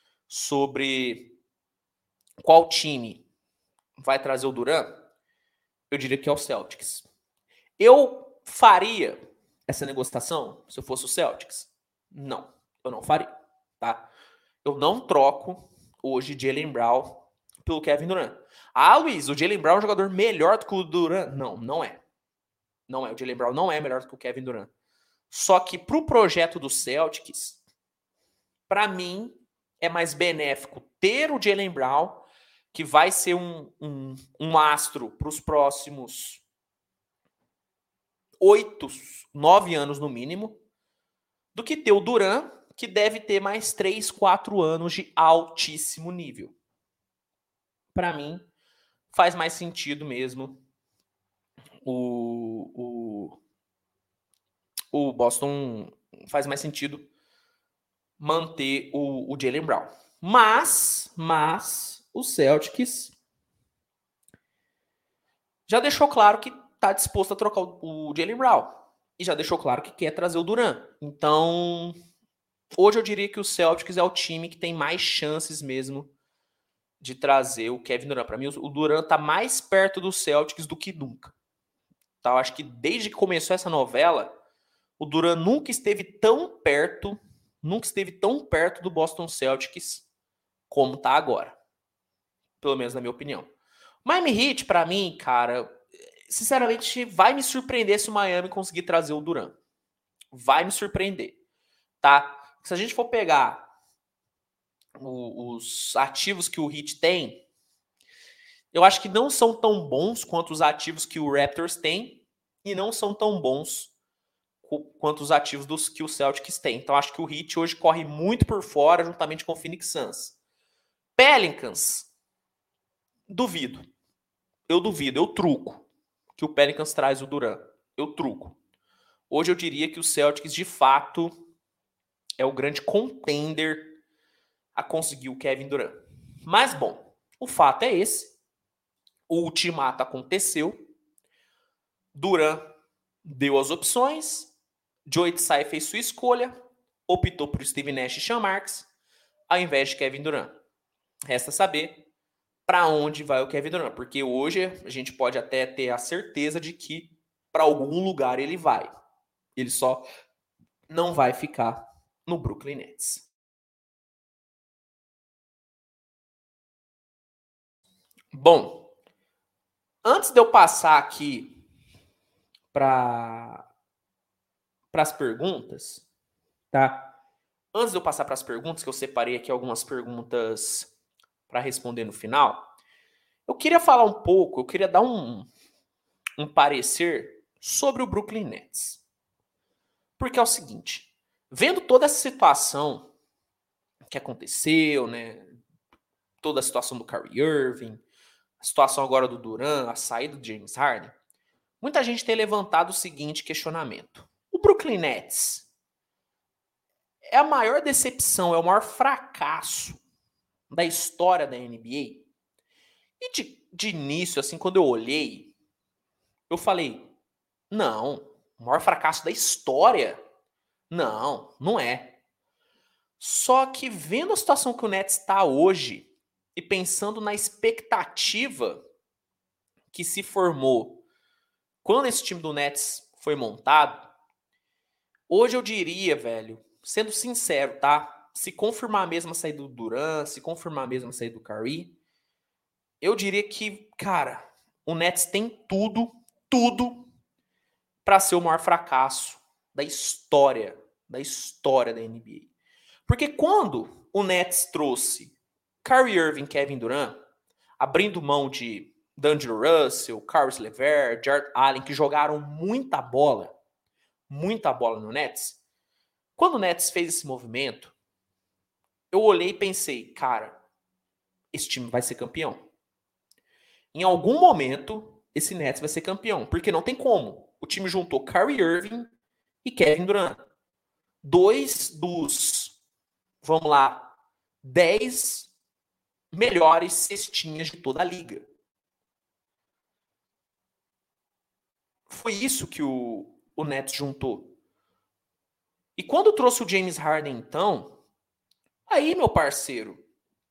sobre qual time vai trazer o Durant, eu diria que é o Celtics. Eu faria essa negociação se eu fosse o Celtics? Não, eu não faria, tá? Eu não troco hoje Jaylen Brown pelo Kevin Durant. Ah, Luiz, o Jaylen Brown é um jogador melhor do que o Durant? Não, não é. Não é. O Jaylen Brown não é melhor do que o Kevin Durant. Só que pro projeto do Celtics, para mim, é mais benéfico ter o Jaylen Brown, que vai ser um, um, um astro para os próximos oito, nove anos no mínimo, do que ter o Durant, que deve ter mais três, quatro anos de altíssimo nível. Para mim, faz mais sentido mesmo o, o, o Boston, faz mais sentido manter o, o Jaylen Brown. Mas, mas, o Celtics já deixou claro que está disposto a trocar o, o Jaylen Brown. E já deixou claro que quer trazer o Durant. Então, hoje eu diria que o Celtics é o time que tem mais chances mesmo de trazer o Kevin Durant. Para mim, o Durant está mais perto do Celtics do que nunca. Tá, eu acho que desde que começou essa novela, o Durant nunca esteve tão perto, nunca esteve tão perto do Boston Celtics como tá agora. Pelo menos na minha opinião. Miami Heat, para mim, cara, sinceramente, vai me surpreender se o Miami conseguir trazer o Durant. Vai me surpreender, tá? Se a gente for pegar o, os ativos que o Heat tem, eu acho que não são tão bons quanto os ativos que o Raptors tem e não são tão bons quanto os ativos dos que o Celtics tem. Então, acho que o Heat hoje corre muito por fora, juntamente com o Phoenix Suns. Pelicans, duvido. Eu duvido, eu truco que o Pelicans traz o Durant. Eu truco. Hoje eu diria que o Celtics, de fato, é o grande contender a conseguir o Kevin Durant. Mas, bom, o fato é esse. O ultimato aconteceu. Durant deu as opções. Joe Tsai fez sua escolha. Optou por Steve Nash e Sean Marks ao invés de Kevin Durant. Resta saber para onde vai o Kevin Durant, porque hoje a gente pode até ter a certeza de que para algum lugar ele vai. Ele só não vai ficar no Brooklyn Nets. Bom, antes de eu passar aqui para as perguntas, tá? Antes de eu passar para as perguntas, que eu separei aqui algumas perguntas para responder no final, eu queria falar um pouco, eu queria dar um, um parecer sobre o Brooklyn Nets. Porque é o seguinte, vendo toda essa situação que aconteceu, né? Toda a situação do Kyrie Irving, a situação agora do Durant, a saída do James Harden, muita gente tem levantado o seguinte questionamento. O Brooklyn Nets é a maior decepção, é o maior fracasso da história da N B A? E de, de início, assim, quando eu olhei, eu falei, não, o maior fracasso da história? Não, não é. Só que vendo a situação que o Nets está hoje e pensando na expectativa que se formou quando esse time do Nets foi montado, hoje eu diria, velho, sendo sincero, tá? Se confirmar mesmo a saída do Durant, se confirmar mesmo a saída do Kyrie, eu diria que, cara, o Nets tem tudo, tudo para ser o maior fracasso da história, da história da N B A. Porque quando o Nets trouxe Kyrie Irving, Kevin Durant, abrindo mão de D'Angelo Russell, Caris LeVert, Jarrett Allen, que jogaram muita bola, muita bola no Nets, quando o Nets fez esse movimento, eu olhei e pensei, cara, esse time vai ser campeão. Em algum momento, esse Nets vai ser campeão, porque não tem como. O time juntou Kyrie Irving e Kevin Durant. Dois dos, vamos lá, dez melhores cestinhas de toda a liga. Foi isso que o, o Nets juntou. E quando trouxe o James Harden, então, aí, meu parceiro,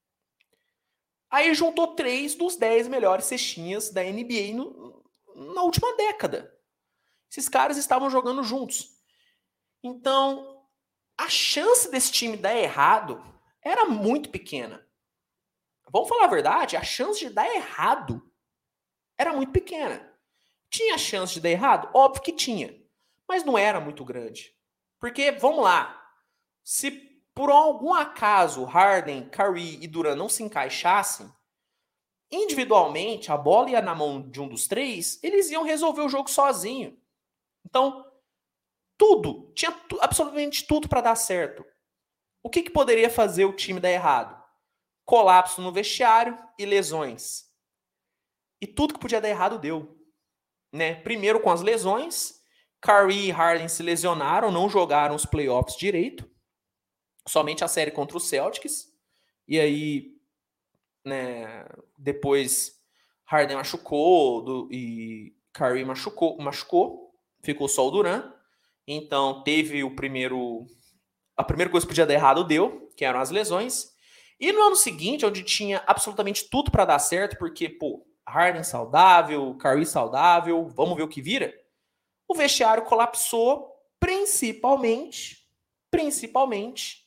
aí juntou três dos dez melhores cestinhas da N B A no, na última década. Esses caras estavam jogando juntos. Então, a chance desse time dar errado era muito pequena. Vamos falar a verdade, a chance de dar errado era muito pequena. Tinha chance de dar errado? Óbvio que tinha. Mas não era muito grande. Porque, vamos lá, se por algum acaso Harden, Kyrie e Durant não se encaixassem, individualmente, a bola ia na mão de um dos três, eles iam resolver o jogo sozinho. Então, tudo, tinha tu, absolutamente tudo para dar certo. O que, que poderia fazer o time dar errado? Colapso no vestiário e lesões. E tudo que podia dar errado deu. Né? Primeiro com as lesões, Kyrie e Harden se lesionaram, não jogaram os playoffs direito, somente a série contra os Celtics, e aí né? Depois Harden machucou do, e Kyrie machucou, machucou, ficou só o Durant. Então teve o primeiro, a primeira coisa que podia dar errado deu, que eram as lesões. E no ano seguinte, onde tinha absolutamente tudo para dar certo, porque pô, Harden saudável, Kyrie saudável, vamos ver o que vira. O vestiário colapsou, principalmente, principalmente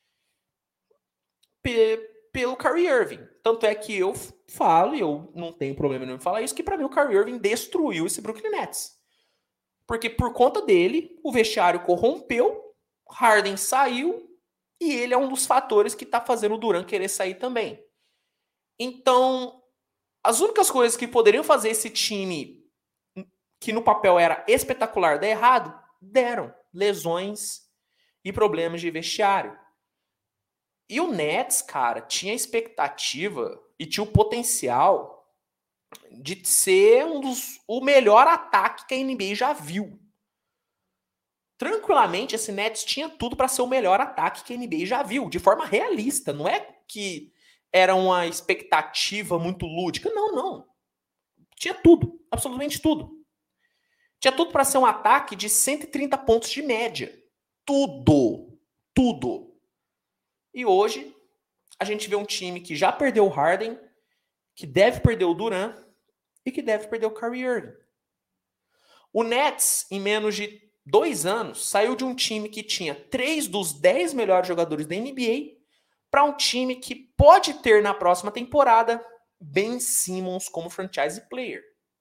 pe- pelo Kyrie Irving. Tanto é que eu falo, e eu não tenho problema nenhum em falar isso, que para mim o Kyrie Irving destruiu esse Brooklyn Nets. Porque por conta dele, o vestiário corrompeu, Harden saiu, e ele é um dos fatores que tá fazendo o Durant querer sair também. Então, as únicas coisas que poderiam fazer esse time, que no papel era espetacular, dar errado, deram. Lesões e problemas de vestiário. E o Nets, cara, tinha expectativa e tinha o potencial de ser um dos, o melhor ataque que a N B A já viu. Tranquilamente, esse Nets tinha tudo para ser o melhor ataque que a N B A já viu, de forma realista. Não é que era uma expectativa muito lúdica. Não, não. Tinha tudo, absolutamente tudo. Tinha tudo para ser um ataque de cento e trinta pontos de média. Tudo. Tudo. E hoje, a gente vê um time que já perdeu o Harden, que deve perder o Durant e que deve perder o Kyrie Irving. O Nets, em menos de dois anos, saiu de um time que tinha três dos dez melhores jogadores da N B A para um time que pode ter na próxima temporada Ben Simmons como franchise player.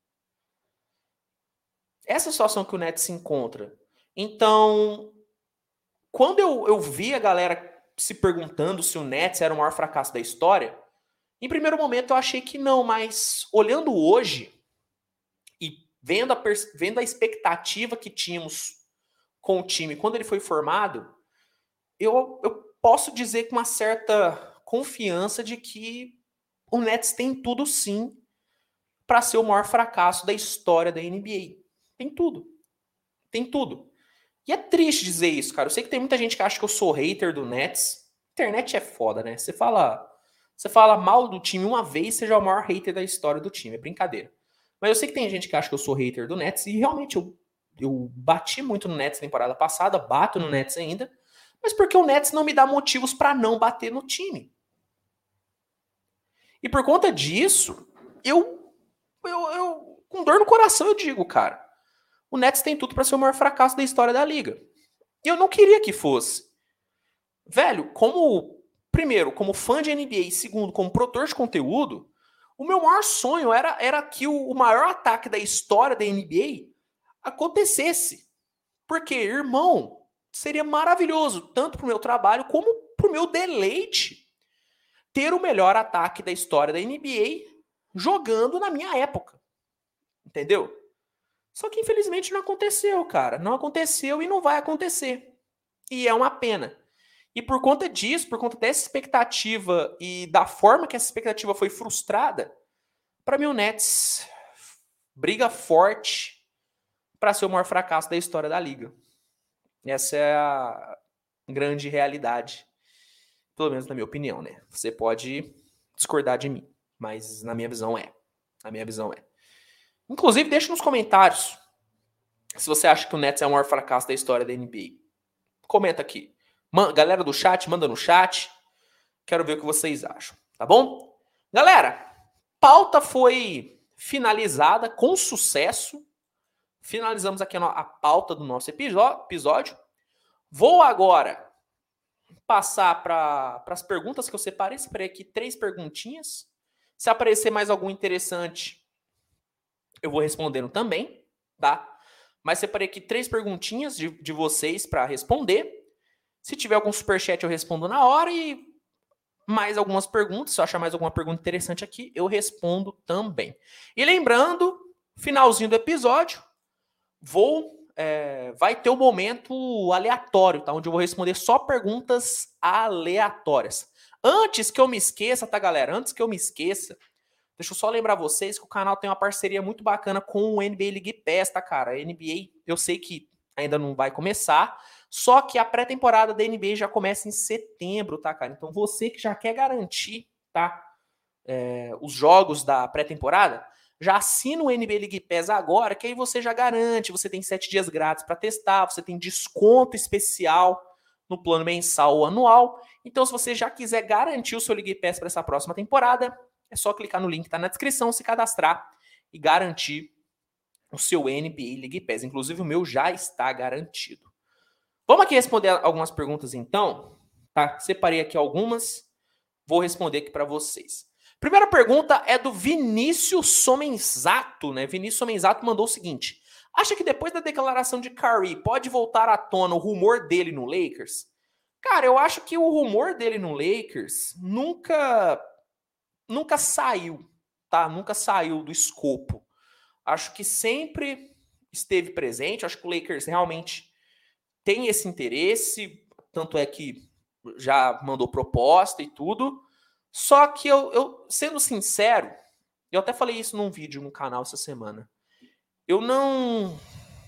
Essa é a situação que o Nets se encontra. Então, quando eu, eu vi a galera se perguntando se o Nets era o maior fracasso da história, em primeiro momento eu achei que não, mas olhando hoje e vendo a, vendo a expectativa que tínhamos com o time quando ele foi formado, eu, eu posso dizer com uma certa confiança de que o Nets tem tudo sim para ser o maior fracasso da história da N B A. Tem tudo. Tem tudo. E é triste dizer isso, cara. Eu sei que tem muita gente que acha que eu sou hater do Nets. Internet é foda, né? Você fala, você fala mal do time uma vez, você já é o maior hater da história do time. É brincadeira. Mas eu sei que tem gente que acha que eu sou hater do Nets. E realmente eu, eu bati muito no Nets na temporada passada. Bato no Nets ainda. Mas porque o Nets não me dá motivos para não bater no time. E por conta disso, eu, eu, eu com dor no coração eu digo, cara, o Nets tem tudo para ser o maior fracasso da história da liga. E eu não queria que fosse. Velho, como, primeiro, como fã de N B A e segundo, como produtor de conteúdo, o meu maior sonho era, era que o, o maior ataque da história da N B A acontecesse. Porque, irmão, seria maravilhoso, tanto pro meu trabalho como pro meu deleite, ter o melhor ataque da história da N B A jogando na minha época. Entendeu? Só que infelizmente não aconteceu, cara. Não aconteceu e não vai acontecer. E é uma pena. E por conta disso, por conta dessa expectativa e da forma que essa expectativa foi frustrada, para mim o Nets briga forte para ser o maior fracasso da história da liga. Essa é a grande realidade, pelo menos na minha opinião, né? Você pode discordar de mim, mas na minha visão é. Na minha visão é. Inclusive, deixa nos comentários se você acha que o Nets é o maior fracasso da história da N B A. Comenta aqui. Man, galera do chat, manda no chat. Quero ver o que vocês acham, tá bom? Galera, pauta foi finalizada com sucesso. Finalizamos aqui a pauta do nosso episódio. Vou agora passar para as perguntas que eu separei. Separei aqui três perguntinhas. Se aparecer mais algum interessante, eu vou respondendo também, tá? Mas separei aqui três perguntinhas de, de vocês para responder. Se tiver algum superchat, eu respondo na hora. E mais algumas perguntas, se eu achar mais alguma pergunta interessante aqui, eu respondo também. E lembrando, finalzinho do episódio, vou... É, vai ter um momento aleatório, tá? Onde eu vou responder só perguntas aleatórias. Antes que eu me esqueça, tá, galera? Antes que eu me esqueça, deixa eu só lembrar vocês que o canal tem uma parceria muito bacana com o N B A League Pass, tá, cara? A N B A, eu sei que ainda não vai começar, só que a pré-temporada da N B A já começa em setembro, tá, cara? Então você que já quer garantir, tá? é, os jogos da pré-temporada, já assina o N B A League Pass agora, que aí você já garante, você tem sete dias grátis para testar, você tem desconto especial no plano mensal ou anual. Então, se você já quiser garantir o seu League Pass para essa próxima temporada, é só clicar no link que está na descrição, se cadastrar e garantir o seu N B A League Pass. Inclusive, o meu já está garantido. Vamos aqui responder algumas perguntas, então. Tá? Separei aqui algumas. Vou responder aqui para vocês. Primeira pergunta é do Vinícius Somenzato, né? Vinícius Somenzato mandou o seguinte: acha que depois da declaração de Curry pode voltar à tona o rumor dele no Lakers? Cara, eu acho que o rumor dele no Lakers nunca nunca saiu, tá? Nunca saiu do escopo. Acho que sempre esteve presente. Acho que o Lakers realmente tem esse interesse, tanto é que já mandou proposta e tudo. Só que eu, eu, sendo sincero, eu até falei isso num vídeo no canal essa semana. Eu não,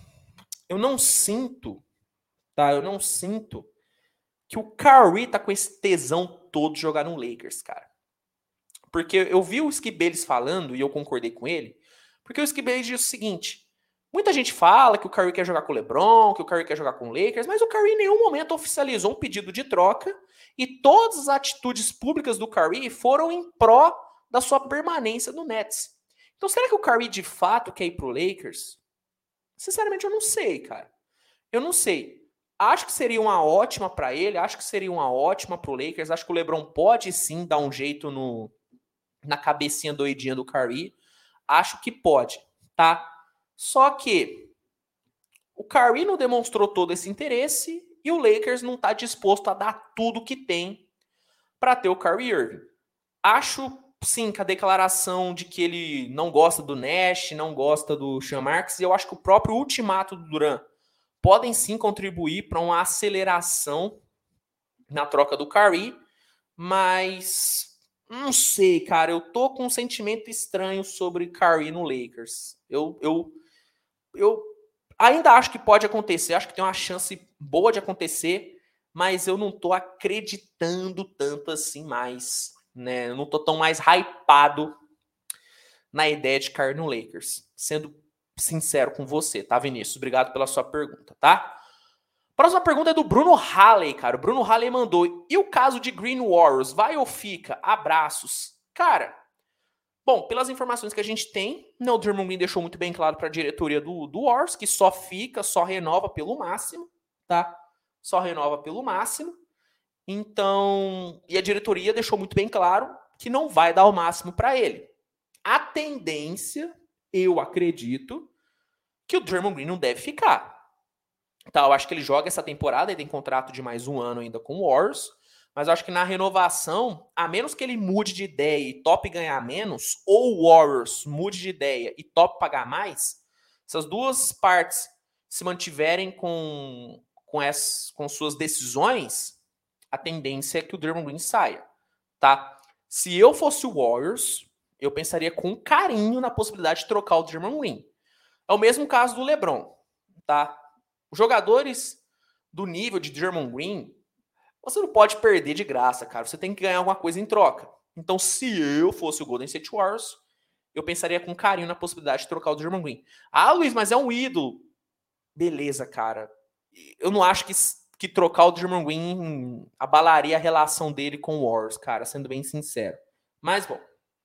eu não sinto, tá? Eu não sinto que o Curry tá com esse tesão todo de jogar no Lakers, cara. Porque eu vi o Skip Bayless falando e eu concordei com ele. Porque o Skip Bayless diz o seguinte: muita gente fala que o Curry quer jogar com o LeBron, que o Curry quer jogar com o Lakers, mas o Curry em nenhum momento oficializou um pedido de troca e todas as atitudes públicas do Curry foram em pró da sua permanência no Nets. Então, será que o Curry de fato quer ir pro Lakers? Sinceramente, eu não sei, cara. Eu não sei. Acho que seria uma ótima para ele, acho que seria uma ótima pro Lakers, acho que o LeBron pode sim dar um jeito no, na cabecinha doidinha do Curry. Acho que pode, tá? Só que o Curry não demonstrou todo esse interesse e o Lakers não está disposto a dar tudo que tem para ter o Kyrie Irving. Acho, sim, que a declaração de que ele não gosta do Nash, não gosta do Sean Marks, e eu acho que o próprio ultimato do Durant podem sim contribuir para uma aceleração na troca do Kyrie, mas não sei, cara, eu tô com um sentimento estranho sobre Kyrie no Lakers. Eu, eu, eu ainda acho que pode acontecer, acho que tem uma chance boa de acontecer, mas eu não tô acreditando tanto assim mais, né? Eu não tô tão mais hypado na ideia de Kyrie no Lakers. Sendo sincero com você, tá, Vinícius? Obrigado pela sua pergunta, tá? Próxima pergunta é do Bruno Halley, cara. O Bruno Halley mandou: e o caso de Green Warriors, vai ou fica? Abraços. Cara, bom, pelas informações que a gente tem, né, o Draymond Green deixou muito bem claro para a diretoria do, do Warriors que só fica, só renova pelo máximo, tá? Só renova pelo máximo. Então, e a diretoria deixou muito bem claro que não vai dar o máximo para ele. A tendência, eu acredito, que o Draymond Green não deve ficar. Tá, eu acho que ele joga essa temporada, ele tem contrato de mais um ano ainda com o Warriors, mas eu acho que na renovação, a menos que ele mude de ideia e top ganhar menos, ou o Warriors mude de ideia e top pagar mais, essas duas partes se mantiverem com, com, as, com suas decisões, a tendência é que o Draymond Green saia, tá? Se eu fosse o Warriors, eu pensaria com carinho na possibilidade de trocar o Draymond Green. É o mesmo caso do LeBron, tá? Os jogadores do nível de Draymond Green, você não pode perder de graça, cara. Você tem que ganhar alguma coisa em troca. Então, se eu fosse o Golden State Warriors, eu pensaria com carinho na possibilidade de trocar o Draymond Green. Ah, Luiz, mas é um ídolo. Beleza, cara. Eu não acho que, que trocar o Draymond Green abalaria a relação dele com o Warriors, cara, sendo bem sincero. Mas, bom,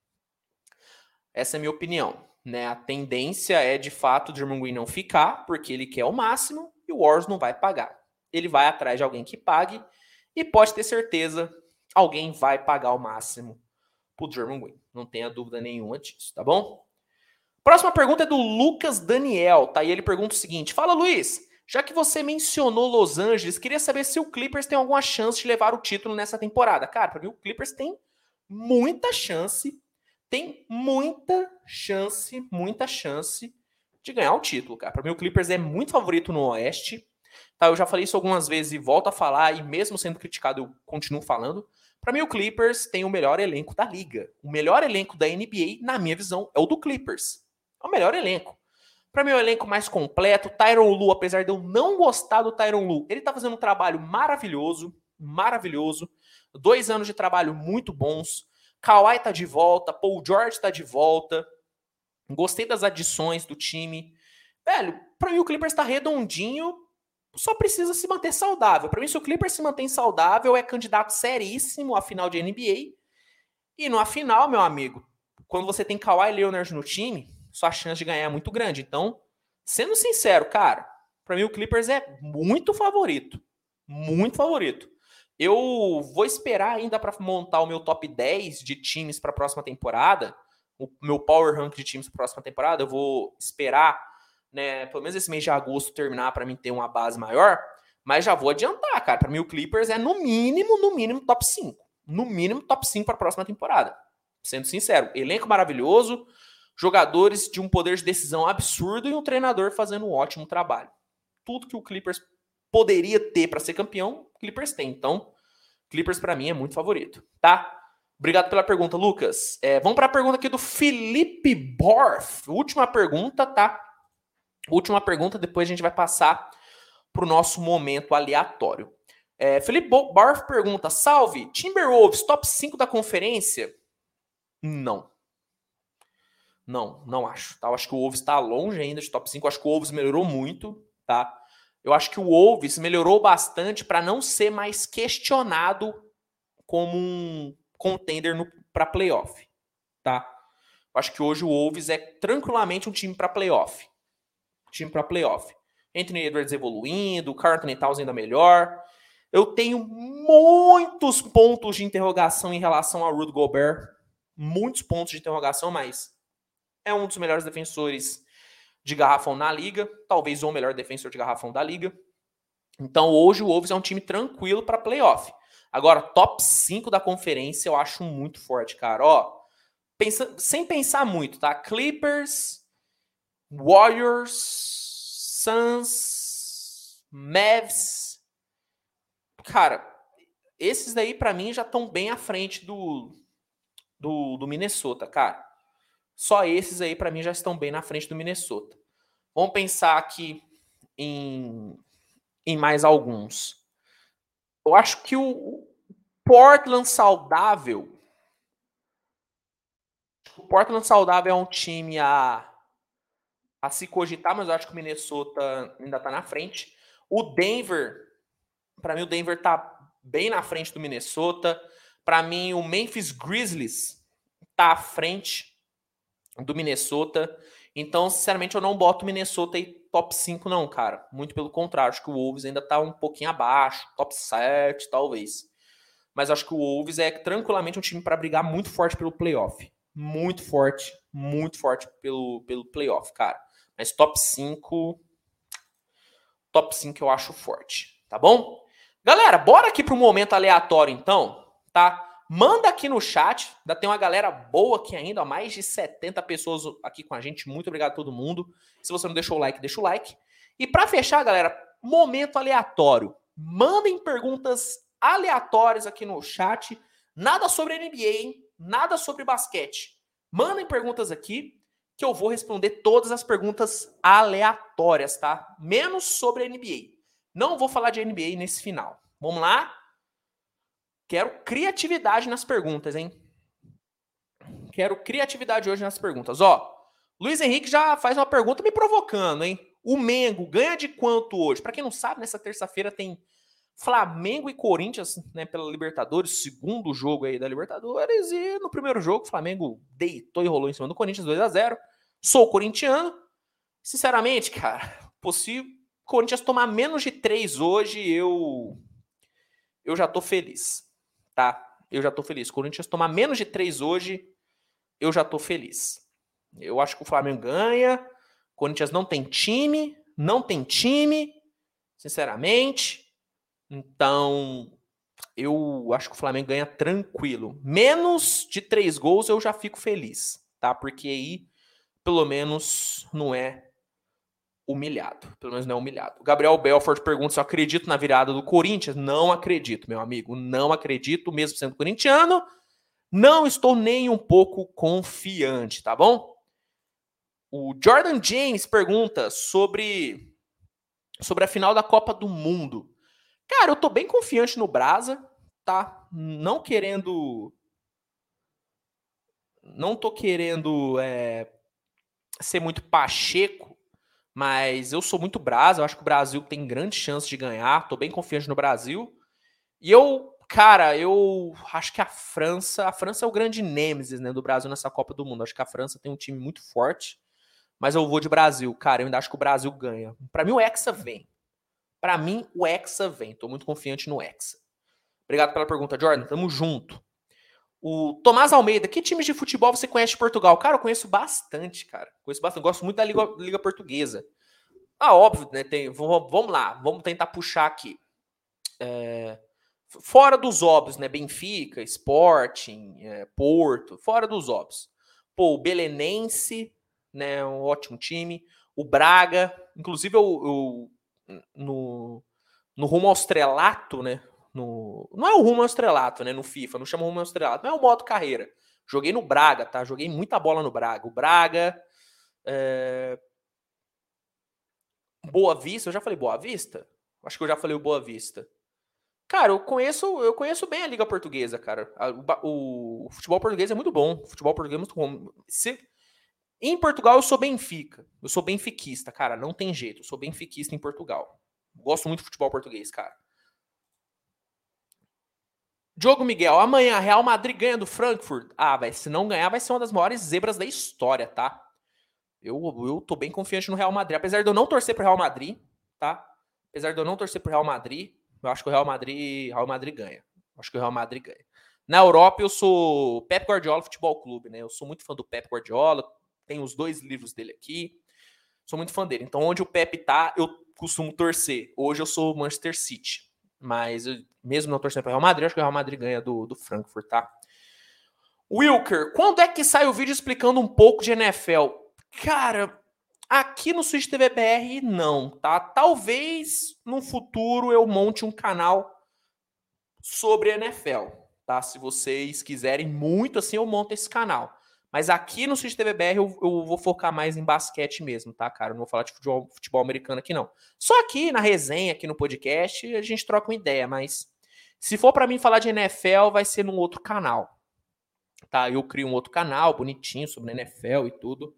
essa é a minha opinião, né? A tendência é, de fato, o Draymond Green não ficar, porque ele quer o máximo e o Warriors não vai pagar. Ele vai atrás de alguém que pague e pode ter certeza, alguém vai pagar o máximo pro Draymond Green. Não tenha dúvida nenhuma disso, tá bom? Próxima pergunta é do Lucas Daniel, tá? E ele pergunta o seguinte: fala, Luiz, já que você mencionou Los Angeles, queria saber se o Clippers tem alguma chance de levar o título nessa temporada. Cara, pra mim o Clippers tem muita chance, tem muita chance, muita chance de ganhar o título, cara. Pra mim o Clippers é muito favorito no Oeste. Tá, eu já falei isso algumas vezes e volto a falar, e mesmo sendo criticado, eu continuo falando. Para mim, o Clippers tem o melhor elenco da liga. O melhor elenco da N B A, na minha visão, é o do Clippers. É o melhor elenco. Para mim, é o elenco mais completo. Tyronn Lue, apesar de eu não gostar do Tyronn Lue, ele tá fazendo um trabalho maravilhoso, maravilhoso. Dois anos de trabalho muito bons. Kawhi tá de volta, Paul George tá de volta. Gostei das adições do time. Velho, pra mim o Clippers tá redondinho, só precisa se manter saudável. Pra mim, se o Clippers se mantém saudável, é candidato seríssimo à final de N B A. E na final, meu amigo, quando você tem Kawhi Leonard no time, sua chance de ganhar é muito grande. Então, sendo sincero, cara, pra mim o Clippers é muito favorito. Muito favorito. Eu vou esperar ainda para montar o meu top dez de times para a próxima temporada, o meu power rank de times para a próxima temporada. Eu vou esperar, né, pelo menos esse mês de agosto terminar para mim ter uma base maior, mas já vou adiantar, cara. Para mim o Clippers é no mínimo, no mínimo top cinco. No mínimo top cinco para a próxima temporada. Sendo sincero, elenco maravilhoso, jogadores de um poder de decisão absurdo e um treinador fazendo um ótimo trabalho. Tudo que o Clippers poderia ter para ser campeão, o Clippers tem. Então, Clippers para mim é muito favorito, tá? Obrigado pela pergunta, Lucas. É, vamos para a pergunta aqui do Felipe Borf. Última pergunta, tá? Última pergunta, depois a gente vai passar para o nosso momento aleatório. É, Felipe Borf pergunta, salve, Timberwolves, top cinco da conferência? Não. Não, não acho. Tá? Eu acho que o Wolves está longe ainda de top cinco. Eu acho que o Wolves melhorou muito, tá? Eu acho que o Wolves melhorou bastante para não ser mais questionado como um contender para playoff, tá? Eu acho que hoje o Wolves é tranquilamente um time para playoff. Time para playoff. Anthony Edwards evoluindo, o Karl Anthony Towns ainda melhor. Eu tenho muitos pontos de interrogação em relação ao Rudy Gobert. Muitos pontos de interrogação, mas é um dos melhores defensores de garrafão na liga, talvez o melhor defensor de garrafão da liga. Então hoje o Wolves é um time tranquilo para playoff. Agora, top cinco da conferência eu acho muito forte, cara. Ó, pensa, sem pensar muito, tá? Clippers, Warriors, Suns, Mavs. Cara, esses daí para mim já estão bem à frente do, do, do Minnesota, cara. Só esses aí, para mim, já estão bem na frente do Minnesota. Vamos pensar aqui em, em mais alguns. Eu acho que o Portland saudável... O Portland saudável é um time a, a se cogitar, mas eu acho que o Minnesota ainda está na frente. O Denver, para mim, o Denver está bem na frente do Minnesota. Para mim, o Memphis Grizzlies está à frente do Minnesota. Então, sinceramente, eu não boto o Minnesota aí top cinco, não, cara. Muito pelo contrário. Acho que o Wolves ainda tá um pouquinho abaixo. Top sete, talvez. Mas acho que o Wolves é tranquilamente um time para brigar muito forte pelo playoff. Muito forte. Muito forte pelo, pelo playoff, cara. Mas top cinco... Top cinco eu acho forte. Tá bom? Galera, bora aqui pro momento aleatório, então. Tá? Manda aqui no chat, ainda tem uma galera boa aqui ainda, ó, mais de setenta pessoas aqui com a gente, muito obrigado a todo mundo. Se você não deixou o like, deixa o like. E para fechar, galera, momento aleatório. Mandem perguntas aleatórias aqui no chat, nada sobre N B A, hein? Nada sobre basquete. Mandem perguntas aqui, que eu vou responder todas as perguntas aleatórias, tá? Menos sobre N B A. Não vou falar de N B A nesse final. Vamos lá? Quero criatividade nas perguntas, hein? Quero criatividade hoje nas perguntas. Ó, Luiz Henrique já faz uma pergunta me provocando, hein? O Mengo ganha de quanto hoje? Para quem não sabe, nessa terça-feira tem Flamengo e Corinthians, né, pela Libertadores, segundo jogo aí da Libertadores, e no primeiro jogo o Flamengo deitou e rolou em cima do Corinthians, dois a zero. Sou corintiano. Sinceramente, cara, possível Corinthians tomar menos de três hoje, eu eu já tô feliz. Tá? Eu já tô feliz. Corinthians tomar menos de três hoje, eu já tô feliz. Eu acho que o Flamengo ganha. Corinthians não tem time. Não tem time. Sinceramente. Então, eu acho que o Flamengo ganha tranquilo. Menos de três gols eu já fico feliz. Tá? Porque aí, pelo menos, não é humilhado. Pelo menos não é humilhado. O Gabriel Belfort pergunta se eu acredito na virada do Corinthians. Não acredito, meu amigo. Não acredito, mesmo sendo corintiano. Não estou nem um pouco confiante, tá bom? O Jordan James pergunta sobre, sobre a final da Copa do Mundo. Cara, eu tô bem confiante no Brasa, tá? Não querendo... não tô querendo é, ser muito pacheco, mas eu sou muito brasa. Eu acho que o Brasil tem grande chance de ganhar. Tô bem confiante no Brasil. E eu, cara, eu acho que a França... A França é o grande nêmesis, né, do Brasil nessa Copa do Mundo. Acho que a França tem um time muito forte. Mas eu vou de Brasil. Cara, eu ainda acho que o Brasil ganha. Pra mim, o Hexa vem. Pra mim, o Hexa vem. Tô muito confiante no Hexa. Obrigado pela pergunta, Jordan. Tamo junto. O Tomás Almeida, que times de futebol você conhece de Portugal? Cara, eu conheço bastante, cara. Conheço bastante. Gosto muito da Liga, Liga Portuguesa. Ah, óbvio, né? Tem, vamos lá, vamos tentar puxar aqui. É, fora dos óbvios, né? Benfica, Sporting, é, Porto, fora dos óbvios. Pô, o Belenense, né? Um ótimo time. O Braga, inclusive eu, eu no, no rumo ao estrelato, né? No, não é o rumo ao estrelato, né? No FIFA, não chama rumo ao estrelato, não é o modo carreira. Joguei no Braga, tá? Joguei muita bola no Braga. O Braga. É... Boa Vista, eu já falei Boa Vista? Acho que eu já falei o Boa Vista. Cara, eu conheço, eu conheço bem a Liga Portuguesa, cara. O, o futebol português é muito bom. O futebol português é muito bom. Se, em Portugal eu sou benfica. Eu sou benfiquista, cara. Não tem jeito. Eu sou benfiquista em Portugal. Gosto muito do futebol português, cara. Diogo Miguel, amanhã Real Madrid ganha do Frankfurt. Ah, velho, se não ganhar vai ser uma das maiores zebras da história, tá? Eu, eu tô bem confiante no Real Madrid. Apesar de eu não torcer pro Real Madrid, tá? Apesar de eu não torcer pro Real Madrid, eu acho que o Real Madrid, Real Madrid ganha. Eu acho que o Real Madrid ganha. Na Europa eu sou Pep Guardiola Futebol Clube, né? Eu sou muito fã do Pep Guardiola. Tenho os dois livros dele aqui. Sou muito fã dele. Então onde o Pep tá, eu costumo torcer. Hoje eu sou Manchester City. Mas eu, mesmo não torcendo para o Real Madrid, acho que o Real Madrid ganha do, do Frankfurt, tá? Wilker, quando é que sai o vídeo explicando um pouco de N F L? Cara, aqui no Switch T V B R não, tá? Talvez no futuro eu monte um canal sobre N F L, tá? Se vocês quiserem muito assim, eu monto esse canal. Mas aqui no Switch T V B R eu, eu vou focar mais em basquete mesmo, tá, cara? Eu não vou falar de futebol, futebol americano aqui, não. Só aqui na resenha, aqui no podcast, a gente troca uma ideia, mas se for para mim falar de N F L, vai ser num outro canal, tá? Eu crio um outro canal bonitinho sobre N F L e tudo,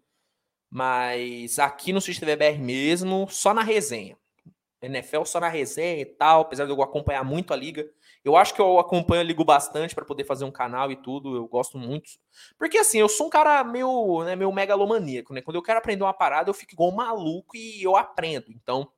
mas aqui no Switch T V B R mesmo, só na resenha. N F L só na resenha e tal, apesar de eu acompanhar muito a liga. Eu acho que eu acompanho a liga bastante para poder fazer um canal e tudo, eu gosto muito. Porque assim, eu sou um cara meio, né, meio megalomaníaco, né? Quando eu quero aprender uma parada, eu fico igual um maluco e eu aprendo. Então,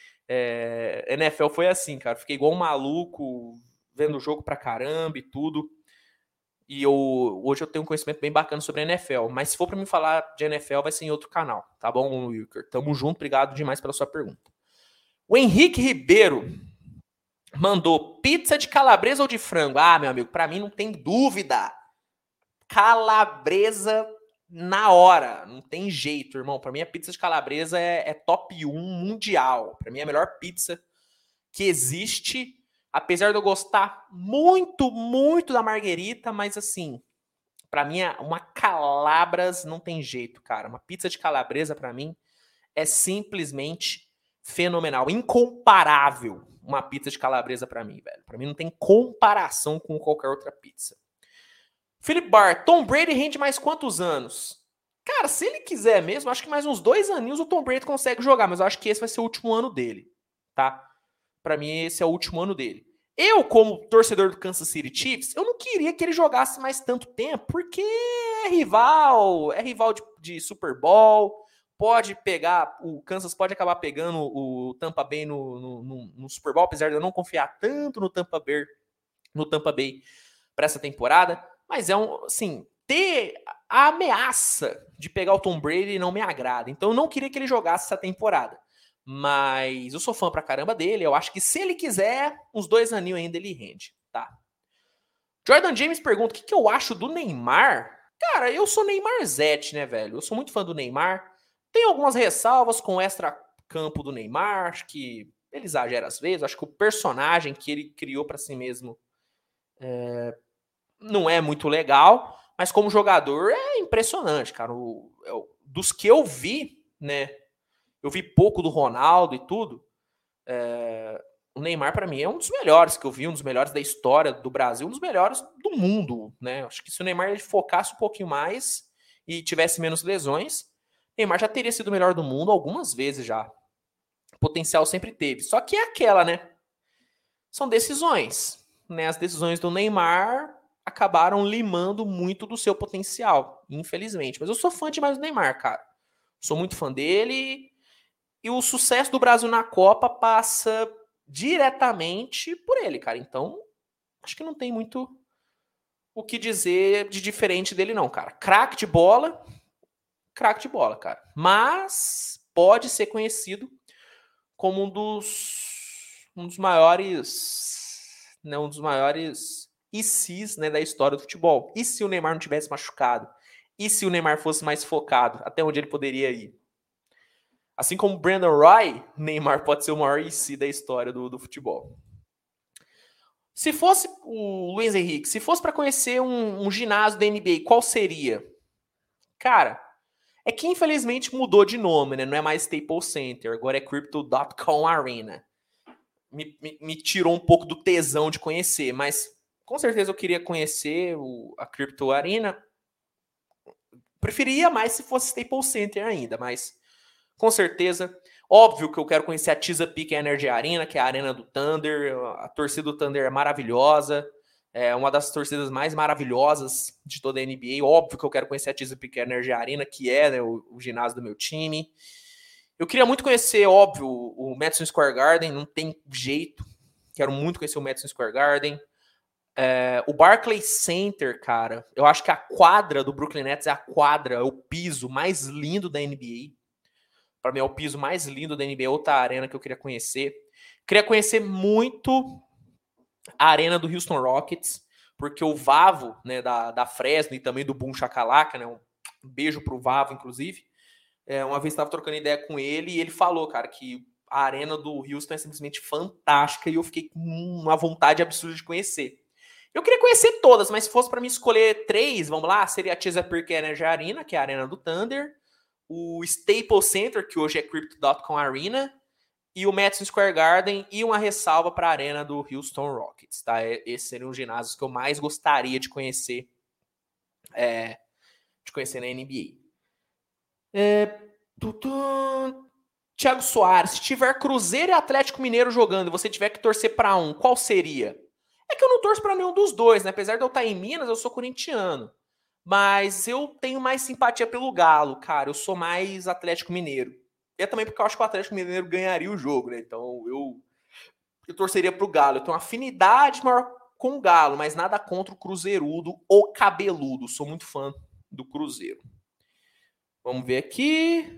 é, N F L foi assim, cara. Fiquei igual um maluco, vendo o jogo pra caramba e tudo. E eu, hoje eu tenho um conhecimento bem bacana sobre N F L. Mas se for para mim falar de N F L, vai ser em outro canal, tá bom, Wilker? Tamo junto, obrigado demais pela sua pergunta. O Henrique Ribeiro mandou pizza de calabresa ou de frango? Ah, meu amigo, pra mim não tem dúvida. Calabresa na hora. Não tem jeito, irmão. Pra mim a pizza de calabresa é, é top um mundial. Pra mim é a melhor pizza que existe. Apesar de eu gostar muito, muito da marguerita, mas assim, pra mim uma calabras não tem jeito, cara. Uma pizza de calabresa pra mim é simplesmente fenomenal, incomparável uma pizza de calabresa pra mim, velho. Pra mim não tem comparação com qualquer outra pizza. Felipe Bar, Tom Brady rende mais quantos anos? Cara, se ele quiser mesmo, acho que mais uns dois aninhos o Tom Brady consegue jogar, mas eu acho que esse vai ser o último ano dele, tá? Pra mim esse é o último ano dele. Eu, como torcedor do Kansas City Chiefs, eu não queria que ele jogasse mais tanto tempo, porque é rival, é rival de, de Super Bowl, pode pegar, o Kansas pode acabar pegando o Tampa Bay no, no, no, no Super Bowl, apesar de eu não confiar tanto no Tampa Bay, no Tampa Bay para essa temporada, mas é um, assim, ter a ameaça de pegar o Tom Brady não me agrada, então eu não queria que ele jogasse essa temporada, mas eu sou fã pra caramba dele, eu acho que se ele quiser, uns dois aninhos ainda ele rende, tá? Jordan James pergunta, o que, que eu acho do Neymar? Cara, eu sou Neymar Zete, né, velho? Eu sou muito fã do Neymar. Tem algumas ressalvas com o extra-campo do Neymar, acho que ele exagera às vezes, acho que o personagem que ele criou pra si mesmo é, não é muito legal, mas como jogador é impressionante, cara. O, o, dos que eu vi, né, eu vi pouco do Ronaldo e tudo, é, o Neymar, para mim, é um dos melhores que eu vi, um dos melhores da história do Brasil, um dos melhores do mundo, né? Acho que se o Neymar focasse um pouquinho mais e tivesse menos lesões, o Neymar já teria sido o melhor do mundo algumas vezes já. O potencial sempre teve. Só que é aquela, né? São decisões, né? As decisões do Neymar acabaram limando muito do seu potencial, infelizmente. Mas eu sou fã demais do Neymar, cara. Sou muito fã dele. E o sucesso do Brasil na Copa passa diretamente por ele, cara. Então, acho que não tem muito o que dizer de diferente dele, não, cara. Craque de bola, craque de bola, cara. Mas pode ser conhecido como um dos, um dos maiores, né, um dos maiores I Cs, né, da história do futebol. E se o Neymar não tivesse machucado? E se o Neymar fosse mais focado? Até onde ele poderia ir? Assim como o Brandon Roy, Neymar pode ser o maior I C da história do, do futebol. Se fosse o Luiz Henrique, se fosse para conhecer um, um ginásio da N B A, qual seria? Cara, é que infelizmente mudou de nome, né? Não é mais Staples Center, agora é Crypto ponto com Arena. Me, me, me tirou um pouco do tesão de conhecer, mas com certeza eu queria conhecer o, a Crypto Arena. Preferia mais se fosse Staples Center ainda, mas com certeza. Óbvio que eu quero conhecer a Chesapeake Energy Arena, que é a arena do Thunder. A torcida do Thunder é maravilhosa. É uma das torcidas mais maravilhosas de toda a N B A. Óbvio que eu quero conhecer a Chesapeake Energy Arena, que é, né, o, o ginásio do meu time. Eu queria muito conhecer, óbvio, o Madison Square Garden. Não tem jeito. Quero muito conhecer o Madison Square Garden. É, o Barclays Center, cara. Eu acho que a quadra do Brooklyn Nets é a quadra, é o piso mais lindo da N B A. Para mim é o piso mais lindo da N B A, outra arena que eu queria conhecer. Queria conhecer muito a arena do Houston Rockets, porque o Vavo, né, da, da Fresno e também do Boom Shakalaka, né, um beijo pro Vavo, inclusive, é, uma vez estava trocando ideia com ele e ele falou, cara, que a arena do Houston é simplesmente fantástica e eu fiquei com uma vontade absurda de conhecer. Eu queria conhecer todas, mas se fosse para mim escolher três, vamos lá, seria a Chesapeake Energy Arena, que é a arena do Thunder, o Staples Center, que hoje é Crypto ponto com Arena, e o Madison Square Garden, e uma ressalva para a arena do Houston Rockets. Tá? Esses seriam os ginásios que eu mais gostaria de conhecer, é, de conhecer na N B A. É, Thiago Soares, se tiver Cruzeiro e Atlético Mineiro jogando e você tiver que torcer para um, qual seria? É que eu não torço para nenhum dos dois, né? Apesar de eu estar em Minas, eu sou corintiano. Mas eu tenho mais simpatia pelo Galo, cara. Eu sou mais Atlético Mineiro. E é também porque eu acho que o Atlético Mineiro ganharia o jogo, né? Então eu, eu torceria pro Galo. Eu tenho uma afinidade maior com o Galo, mas nada contra o Cruzeirudo ou Cabeludo. Sou muito fã do Cruzeiro. Vamos ver aqui.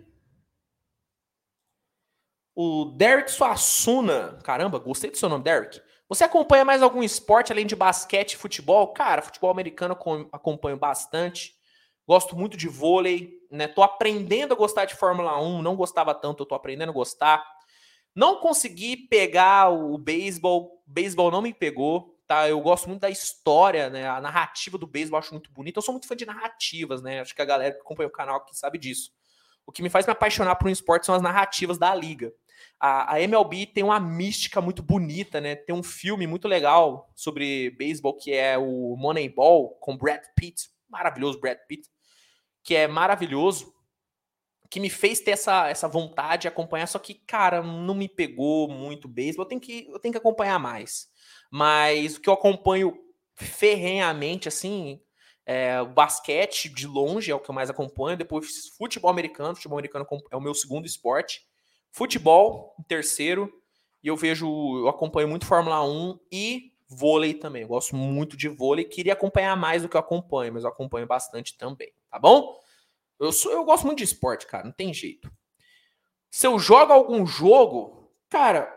O Derek Suassuna. Caramba, gostei do seu nome, Derek. Você acompanha mais algum esporte além de basquete e futebol? Cara, futebol americano eu acompanho bastante. Gosto muito de vôlei, né? Tô aprendendo a gostar de Fórmula um, não gostava tanto, eu tô aprendendo a gostar. Não consegui pegar o beisebol, beisebol não me pegou, tá? Eu gosto muito da história, né? A narrativa do beisebol eu acho muito bonita. Eu sou muito fã de narrativas, né? Acho que a galera que acompanha o canal aqui sabe disso. O que me faz me apaixonar por um esporte são as narrativas da liga. A, a M L B tem uma mística muito bonita, né? Tem um filme muito legal sobre beisebol que é o Moneyball, com Brad Pitt, maravilhoso Brad Pitt, que é maravilhoso, que me fez ter essa, essa vontade de acompanhar, só que, cara, não me pegou muito beisebol, eu tenho que, eu tenho que acompanhar mais. Mas o que eu acompanho ferrenhamente, assim, é o basquete de longe, é o que eu mais acompanho, depois futebol americano, futebol americano é o meu segundo esporte, futebol, em terceiro, e eu vejo, eu acompanho muito Fórmula um e vôlei também. Eu gosto muito de vôlei, queria acompanhar mais do que eu acompanho, mas eu acompanho bastante também, tá bom? Eu, sou, eu gosto muito de esporte, cara, não tem jeito. Se eu jogo algum jogo, cara,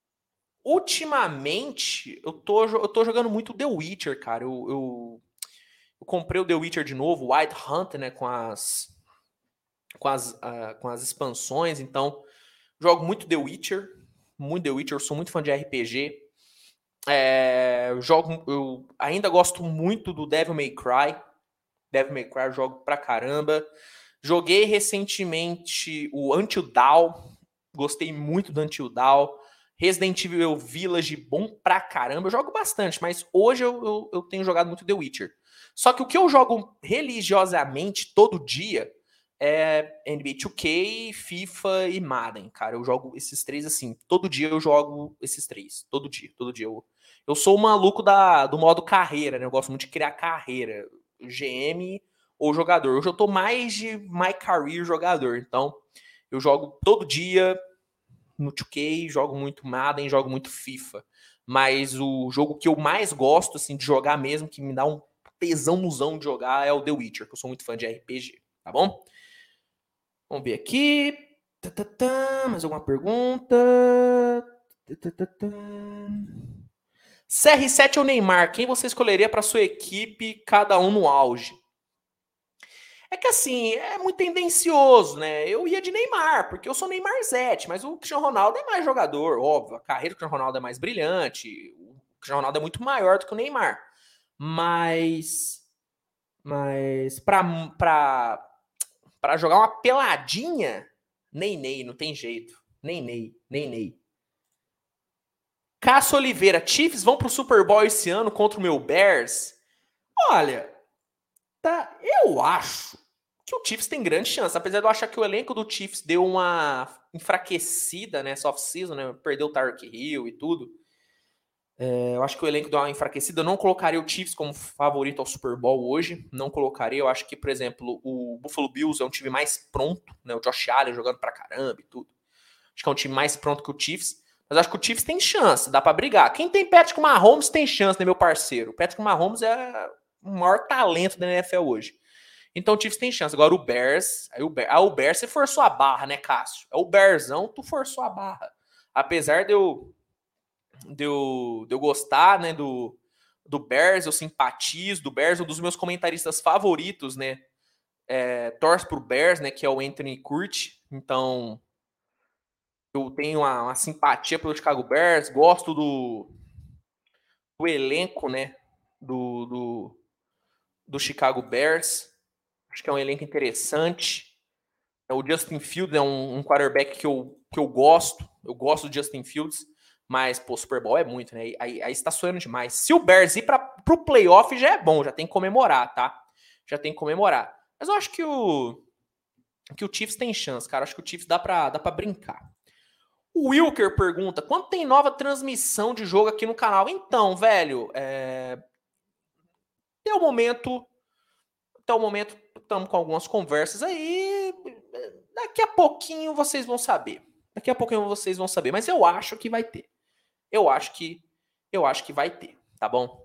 ultimamente eu tô, eu tô jogando muito The Witcher, cara. Eu, eu, eu comprei o The Witcher de novo, White Hunt, né, com as, com as, uh, com as expansões, então jogo muito The Witcher, muito The Witcher, eu sou muito fã de R P G. É, eu, jogo, eu ainda gosto muito do Devil May Cry. Devil May Cry eu jogo pra caramba. Joguei recentemente o Until Dawn. Gostei muito do Until Dawn. Resident Evil Village, bom pra caramba. Eu jogo bastante, mas hoje eu, eu, eu tenho jogado muito The Witcher. Só que o que eu jogo religiosamente todo dia é N B A dois K, FIFA e Madden, cara. Eu jogo esses três assim. Todo dia eu jogo esses três. Todo dia, todo dia. Eu, eu sou o maluco da, do modo carreira, né? Eu gosto muito de criar carreira. G M ou jogador. Hoje eu tô mais de My Career jogador. Então, eu jogo todo dia no dois K, jogo muito Madden, jogo muito FIFA. Mas o jogo que eu mais gosto, assim, de jogar mesmo, que me dá um tesãozão de jogar, é o The Witcher, que eu sou muito fã de R P G, tá bom? Vamos ver aqui. Mais alguma pergunta? C R sete ou Neymar? Quem você escolheria para sua equipe, cada um no auge? É que assim, é muito tendencioso, né? Eu ia de Neymar, porque eu sou Neymar Zete, mas o Cristiano Ronaldo é mais jogador, óbvio. A carreira do Cristiano Ronaldo é mais brilhante. O Cristiano Ronaldo é muito maior do que o Neymar. Mas. Mas. Pra, pra, pra jogar uma peladinha, nem Ney, não tem jeito. Nem Ney, nem Ney. Cássio Oliveira, Chiefs vão pro Super Bowl esse ano contra o meu Bears? Olha, tá, eu acho que o Chiefs tem grande chance, apesar de eu achar que o elenco do Chiefs deu uma enfraquecida nessa off-season, né? Perdeu o Tyreek Hill e tudo. É, eu acho que o elenco deu uma enfraquecida. Eu não colocaria o Chiefs como favorito ao Super Bowl hoje. Não colocaria. Eu acho que, por exemplo, o Buffalo Bills é um time mais pronto, né? O Josh Allen jogando pra caramba e tudo. Acho que é um time mais pronto que o Chiefs. Mas acho que o Chiefs tem chance, dá pra brigar. Quem tem Patrick Mahomes tem chance, né, meu parceiro? O Patrick Mahomes é o maior talento da N F L hoje. Então o Chiefs tem chance. Agora o Bears, aí o Bears, ah, o Bears você forçou a barra, né, Cássio? É o Bearzão, tu forçou a barra. Apesar de eu, de eu, de eu gostar, né, do, do Bears, eu simpatizo do Bears, um dos meus comentaristas favoritos, né, é, torce pro Bears, né, que é o Anthony Curti. Então eu tenho uma, uma simpatia pelo Chicago Bears, gosto do, do elenco, né, do, do, do Chicago Bears. Acho que é um elenco interessante. O Justin Fields é um, um quarterback que eu, que eu gosto. Eu gosto do Justin Fields. Mas, pô, Super Bowl é muito, né? Aí, aí está sonhando demais. Se o Bears ir para pro playoff já é bom, já tem que comemorar, tá? Já tem que comemorar. Mas eu acho que o que o Chiefs tem chance, cara. Acho que o Chiefs dá pra, dá pra brincar. O Wilker pergunta, quando tem nova transmissão de jogo aqui no canal? Então, velho, é... até o momento... Até o momento, estamos com algumas conversas aí. Daqui a pouquinho vocês vão saber. Daqui a pouquinho vocês vão saber. Mas eu acho que vai ter. Eu acho que, eu acho que vai ter, tá bom?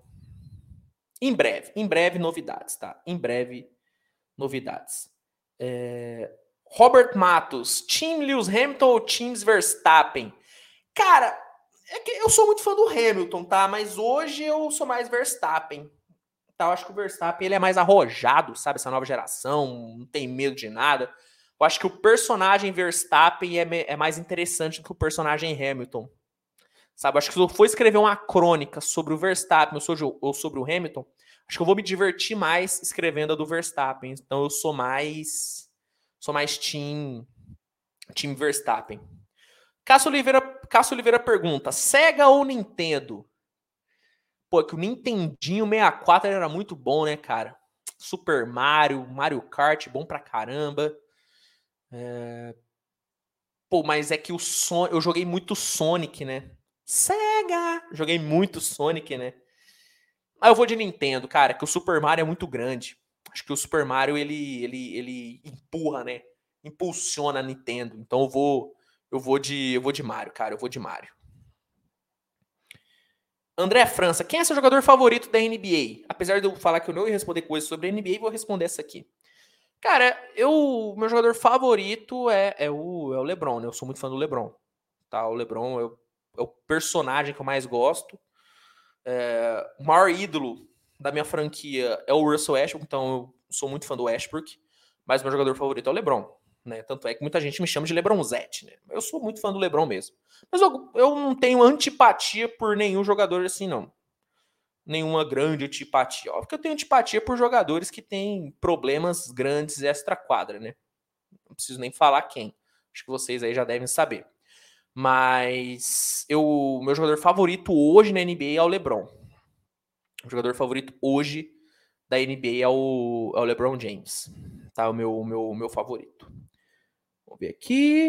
Em breve, em breve novidades, tá? Em breve novidades. É... Robert Matos, Team Lewis Hamilton ou Team Verstappen? Cara, é que eu sou muito fã do Hamilton, tá? Mas hoje eu sou mais Verstappen. Tá? Eu acho que o Verstappen ele é mais arrojado, sabe? Essa nova geração, não tem medo de nada. Eu acho que o personagem Verstappen é, é mais interessante do que o personagem Hamilton. Sabe? Eu acho que se eu for escrever uma crônica sobre o Verstappen ou sobre o Hamilton, acho que eu vou me divertir mais escrevendo a do Verstappen. Então eu sou mais. Sou mais team, team Verstappen. Cássio Oliveira, Cássio Oliveira pergunta: Sega ou Nintendo? Pô, que o Nintendinho sessenta e quatro era muito bom, né, cara? Super Mario, Mario Kart, bom pra caramba. É... Pô, mas é que o Son... eu joguei muito Sonic, né? Sega! Joguei muito Sonic, né? Mas eu vou de Nintendo, cara, que o Super Mario é muito grande. Acho que o Super Mario, ele, ele, ele empurra, né? Impulsiona a Nintendo. Então eu vou, eu vou de, eu vou de Mario, cara. Eu vou de Mario. André França, quem é seu jogador favorito da N B A? Apesar de eu falar que eu não ia responder coisas sobre a N B A, vou responder essa aqui. Cara, eu, meu jogador favorito é, é, o, é o LeBron, né? Eu sou muito fã do LeBron. Tá? O LeBron é o, é o personagem que eu mais gosto. É, o maior ídolo da minha franquia é o Russell Westbrook, então eu sou muito fã do Westbrook, mas meu jogador favorito é o LeBron. Né? Tanto é que muita gente me chama de LeBronzete, né? Eu sou muito fã do LeBron mesmo. Mas eu, eu não tenho antipatia por nenhum jogador assim, não. Nenhuma grande antipatia. Óbvio que eu tenho antipatia por jogadores que têm problemas grandes extra-quadra, né? Não preciso nem falar quem. Acho que vocês aí já devem saber. Mas eu, meu jogador favorito hoje na N B A é o LeBron. O jogador favorito hoje da N B A é o, é o LeBron James. Tá? O meu, meu, meu favorito. Vamos ver aqui.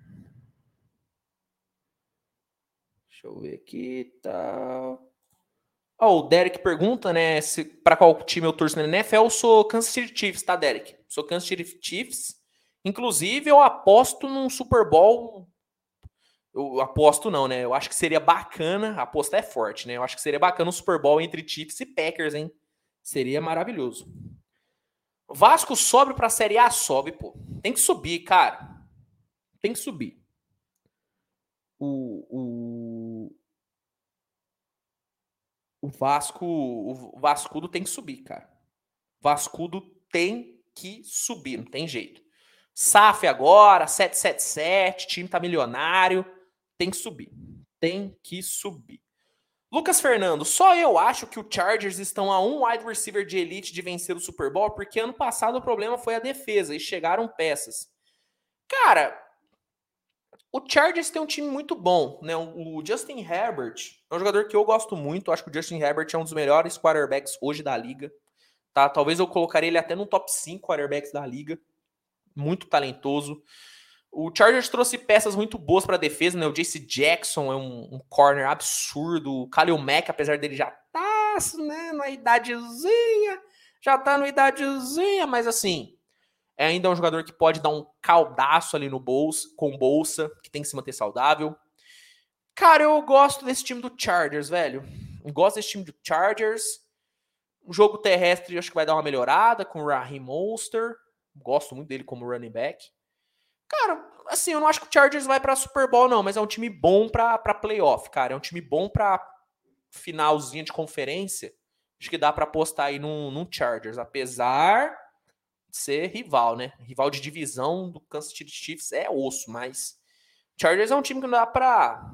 Deixa eu ver aqui. Tá. Oh, o Derek pergunta, né, se, pra qual time eu torço na N F L. Eu sou Kansas City Chiefs, tá, Derek? Sou Kansas City Chiefs. Inclusive, eu aposto num Super Bowl. Eu aposto não, né? Eu acho que seria bacana. A aposta é forte, né? Eu acho que seria bacana um Super Bowl entre Chiefs e Packers, hein? Seria maravilhoso. Vasco sobe pra Série A? Sobe, pô. Tem que subir, cara. Tem que subir. O, o, o Vasco, o Vascudo tem que subir, cara. Vascudo tem que subir, não tem jeito. S A F agora, sete sete sete, time tá milionário, tem que subir. Tem que subir. Lucas Fernando, só eu acho que o Chargers estão a um wide receiver de elite de vencer o Super Bowl, porque ano passado o problema foi a defesa e chegaram peças. Cara, o Chargers tem um time muito bom, né? O Justin Herbert é um jogador que eu gosto muito, acho que o Justin Herbert é um dos melhores quarterbacks hoje da liga. Tá? Talvez eu colocaria ele até no top cinco quarterbacks da liga. Muito talentoso. O Chargers trouxe peças muito boas para a defesa, né? O J C Jackson é um, um corner absurdo. O Khalil Mack, apesar dele já tá, né, na idadezinha, já tá na idadezinha, mas assim, é ainda um jogador que pode dar um caldaço ali no bolso, com bolsa, que tem que se manter saudável. Cara, eu gosto desse time do Chargers, velho. Eu gosto desse time do Chargers. O jogo terrestre acho que vai dar uma melhorada com o Raheem Mostert. Gosto muito dele como running back. Cara, assim, eu não acho que o Chargers vai pra Super Bowl, não, mas é um time bom pra, pra playoff, cara. É um time bom pra finalzinha de conferência. Acho que dá pra apostar aí num, num Chargers, apesar de ser rival, né? Rival de divisão do Kansas City Chiefs é osso, mas Chargers é um time que não dá pra...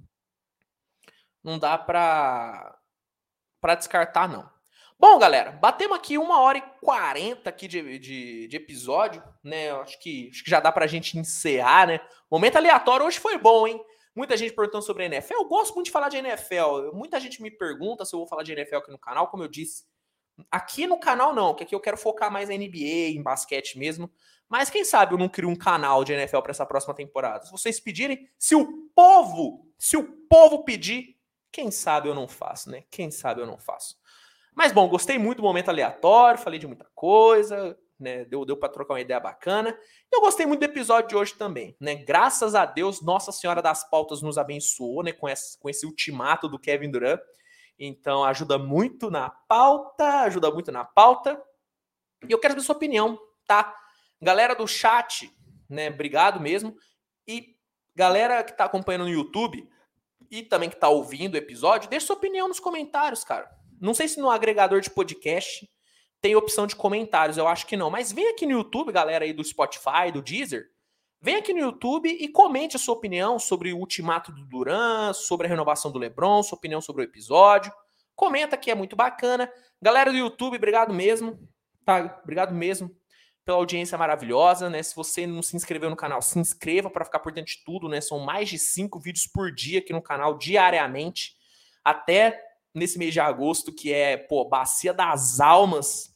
Não dá pra... pra descartar, não. Bom, galera, batemos aqui uma hora e quarenta aqui de, de, de episódio, né? Acho que, acho que já dá pra gente encerrar, né? Momento aleatório hoje foi bom, hein? Muita gente perguntando sobre a N F L. Eu gosto muito de falar de N F L. Muita gente me pergunta se eu vou falar de N F L aqui no canal, como eu disse. Aqui no canal não, que aqui eu quero focar mais na N B A, em basquete mesmo. Mas quem sabe eu não crio um canal de N F L para essa próxima temporada. Se vocês pedirem, se o povo, se o povo pedir, quem sabe eu não faço, né? Quem sabe eu não faço. Mas, bom, gostei muito do momento aleatório, falei de muita coisa, né? Deu, deu para trocar uma ideia bacana. E eu gostei muito do episódio de hoje também, né? Graças a Deus, Nossa Senhora das Pautas nos abençoou, né? Com esse, com esse ultimato do Kevin Durant. Então, ajuda muito na pauta, ajuda muito na pauta. E eu quero saber sua opinião, tá? Galera do chat, né? Obrigado mesmo. E galera que tá acompanhando no YouTube e também que tá ouvindo o episódio, deixa sua opinião nos comentários, cara. Não sei se no agregador de podcast tem opção de comentários, eu acho que não. Mas vem aqui no YouTube, galera aí do Spotify, do Deezer, vem aqui no YouTube e comente a sua opinião sobre o ultimato do Durant, sobre a renovação do LeBron, sua opinião sobre o episódio. Comenta que é muito bacana. Galera do YouTube, obrigado mesmo. Tá? Obrigado mesmo pela audiência maravilhosa, né? Se você não se inscreveu no canal, se inscreva para ficar por dentro de tudo, né? São mais de cinco vídeos por dia aqui no canal, diariamente, até nesse mês de agosto, que é, pô, Bacia das Almas.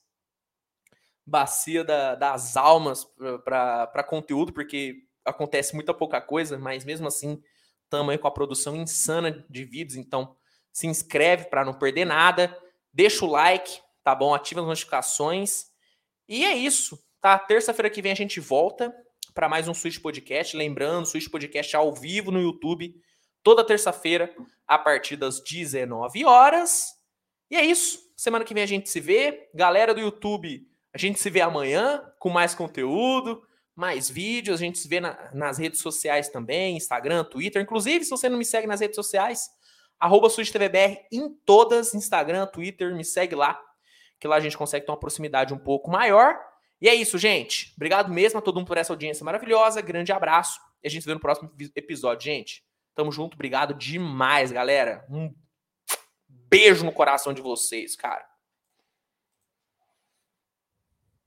Bacia da, das Almas para conteúdo, porque acontece muita pouca coisa, mas mesmo assim, estamos aí com a produção insana de vídeos, então se inscreve para não perder nada, deixa o like, tá bom? Ativa as notificações. E é isso, tá? Terça-feira que vem a gente volta para mais um Switch Podcast. Lembrando, Switch Podcast ao vivo no YouTube, toda terça-feira, a partir das dezenove horas. E é isso. Semana que vem a gente se vê. Galera do YouTube, a gente se vê amanhã com mais conteúdo, mais vídeos. A gente se vê na, nas redes sociais também, Instagram, Twitter. Inclusive, se você não me segue nas redes sociais, arroba SwitchTVBR em todas, Instagram, Twitter, me segue lá, que lá a gente consegue ter uma proximidade um pouco maior. E é isso, gente. Obrigado mesmo a todo mundo por essa audiência maravilhosa. Grande abraço. E a gente se vê no próximo episódio, gente. Tamo junto. Obrigado demais, galera. Um beijo no coração de vocês, cara.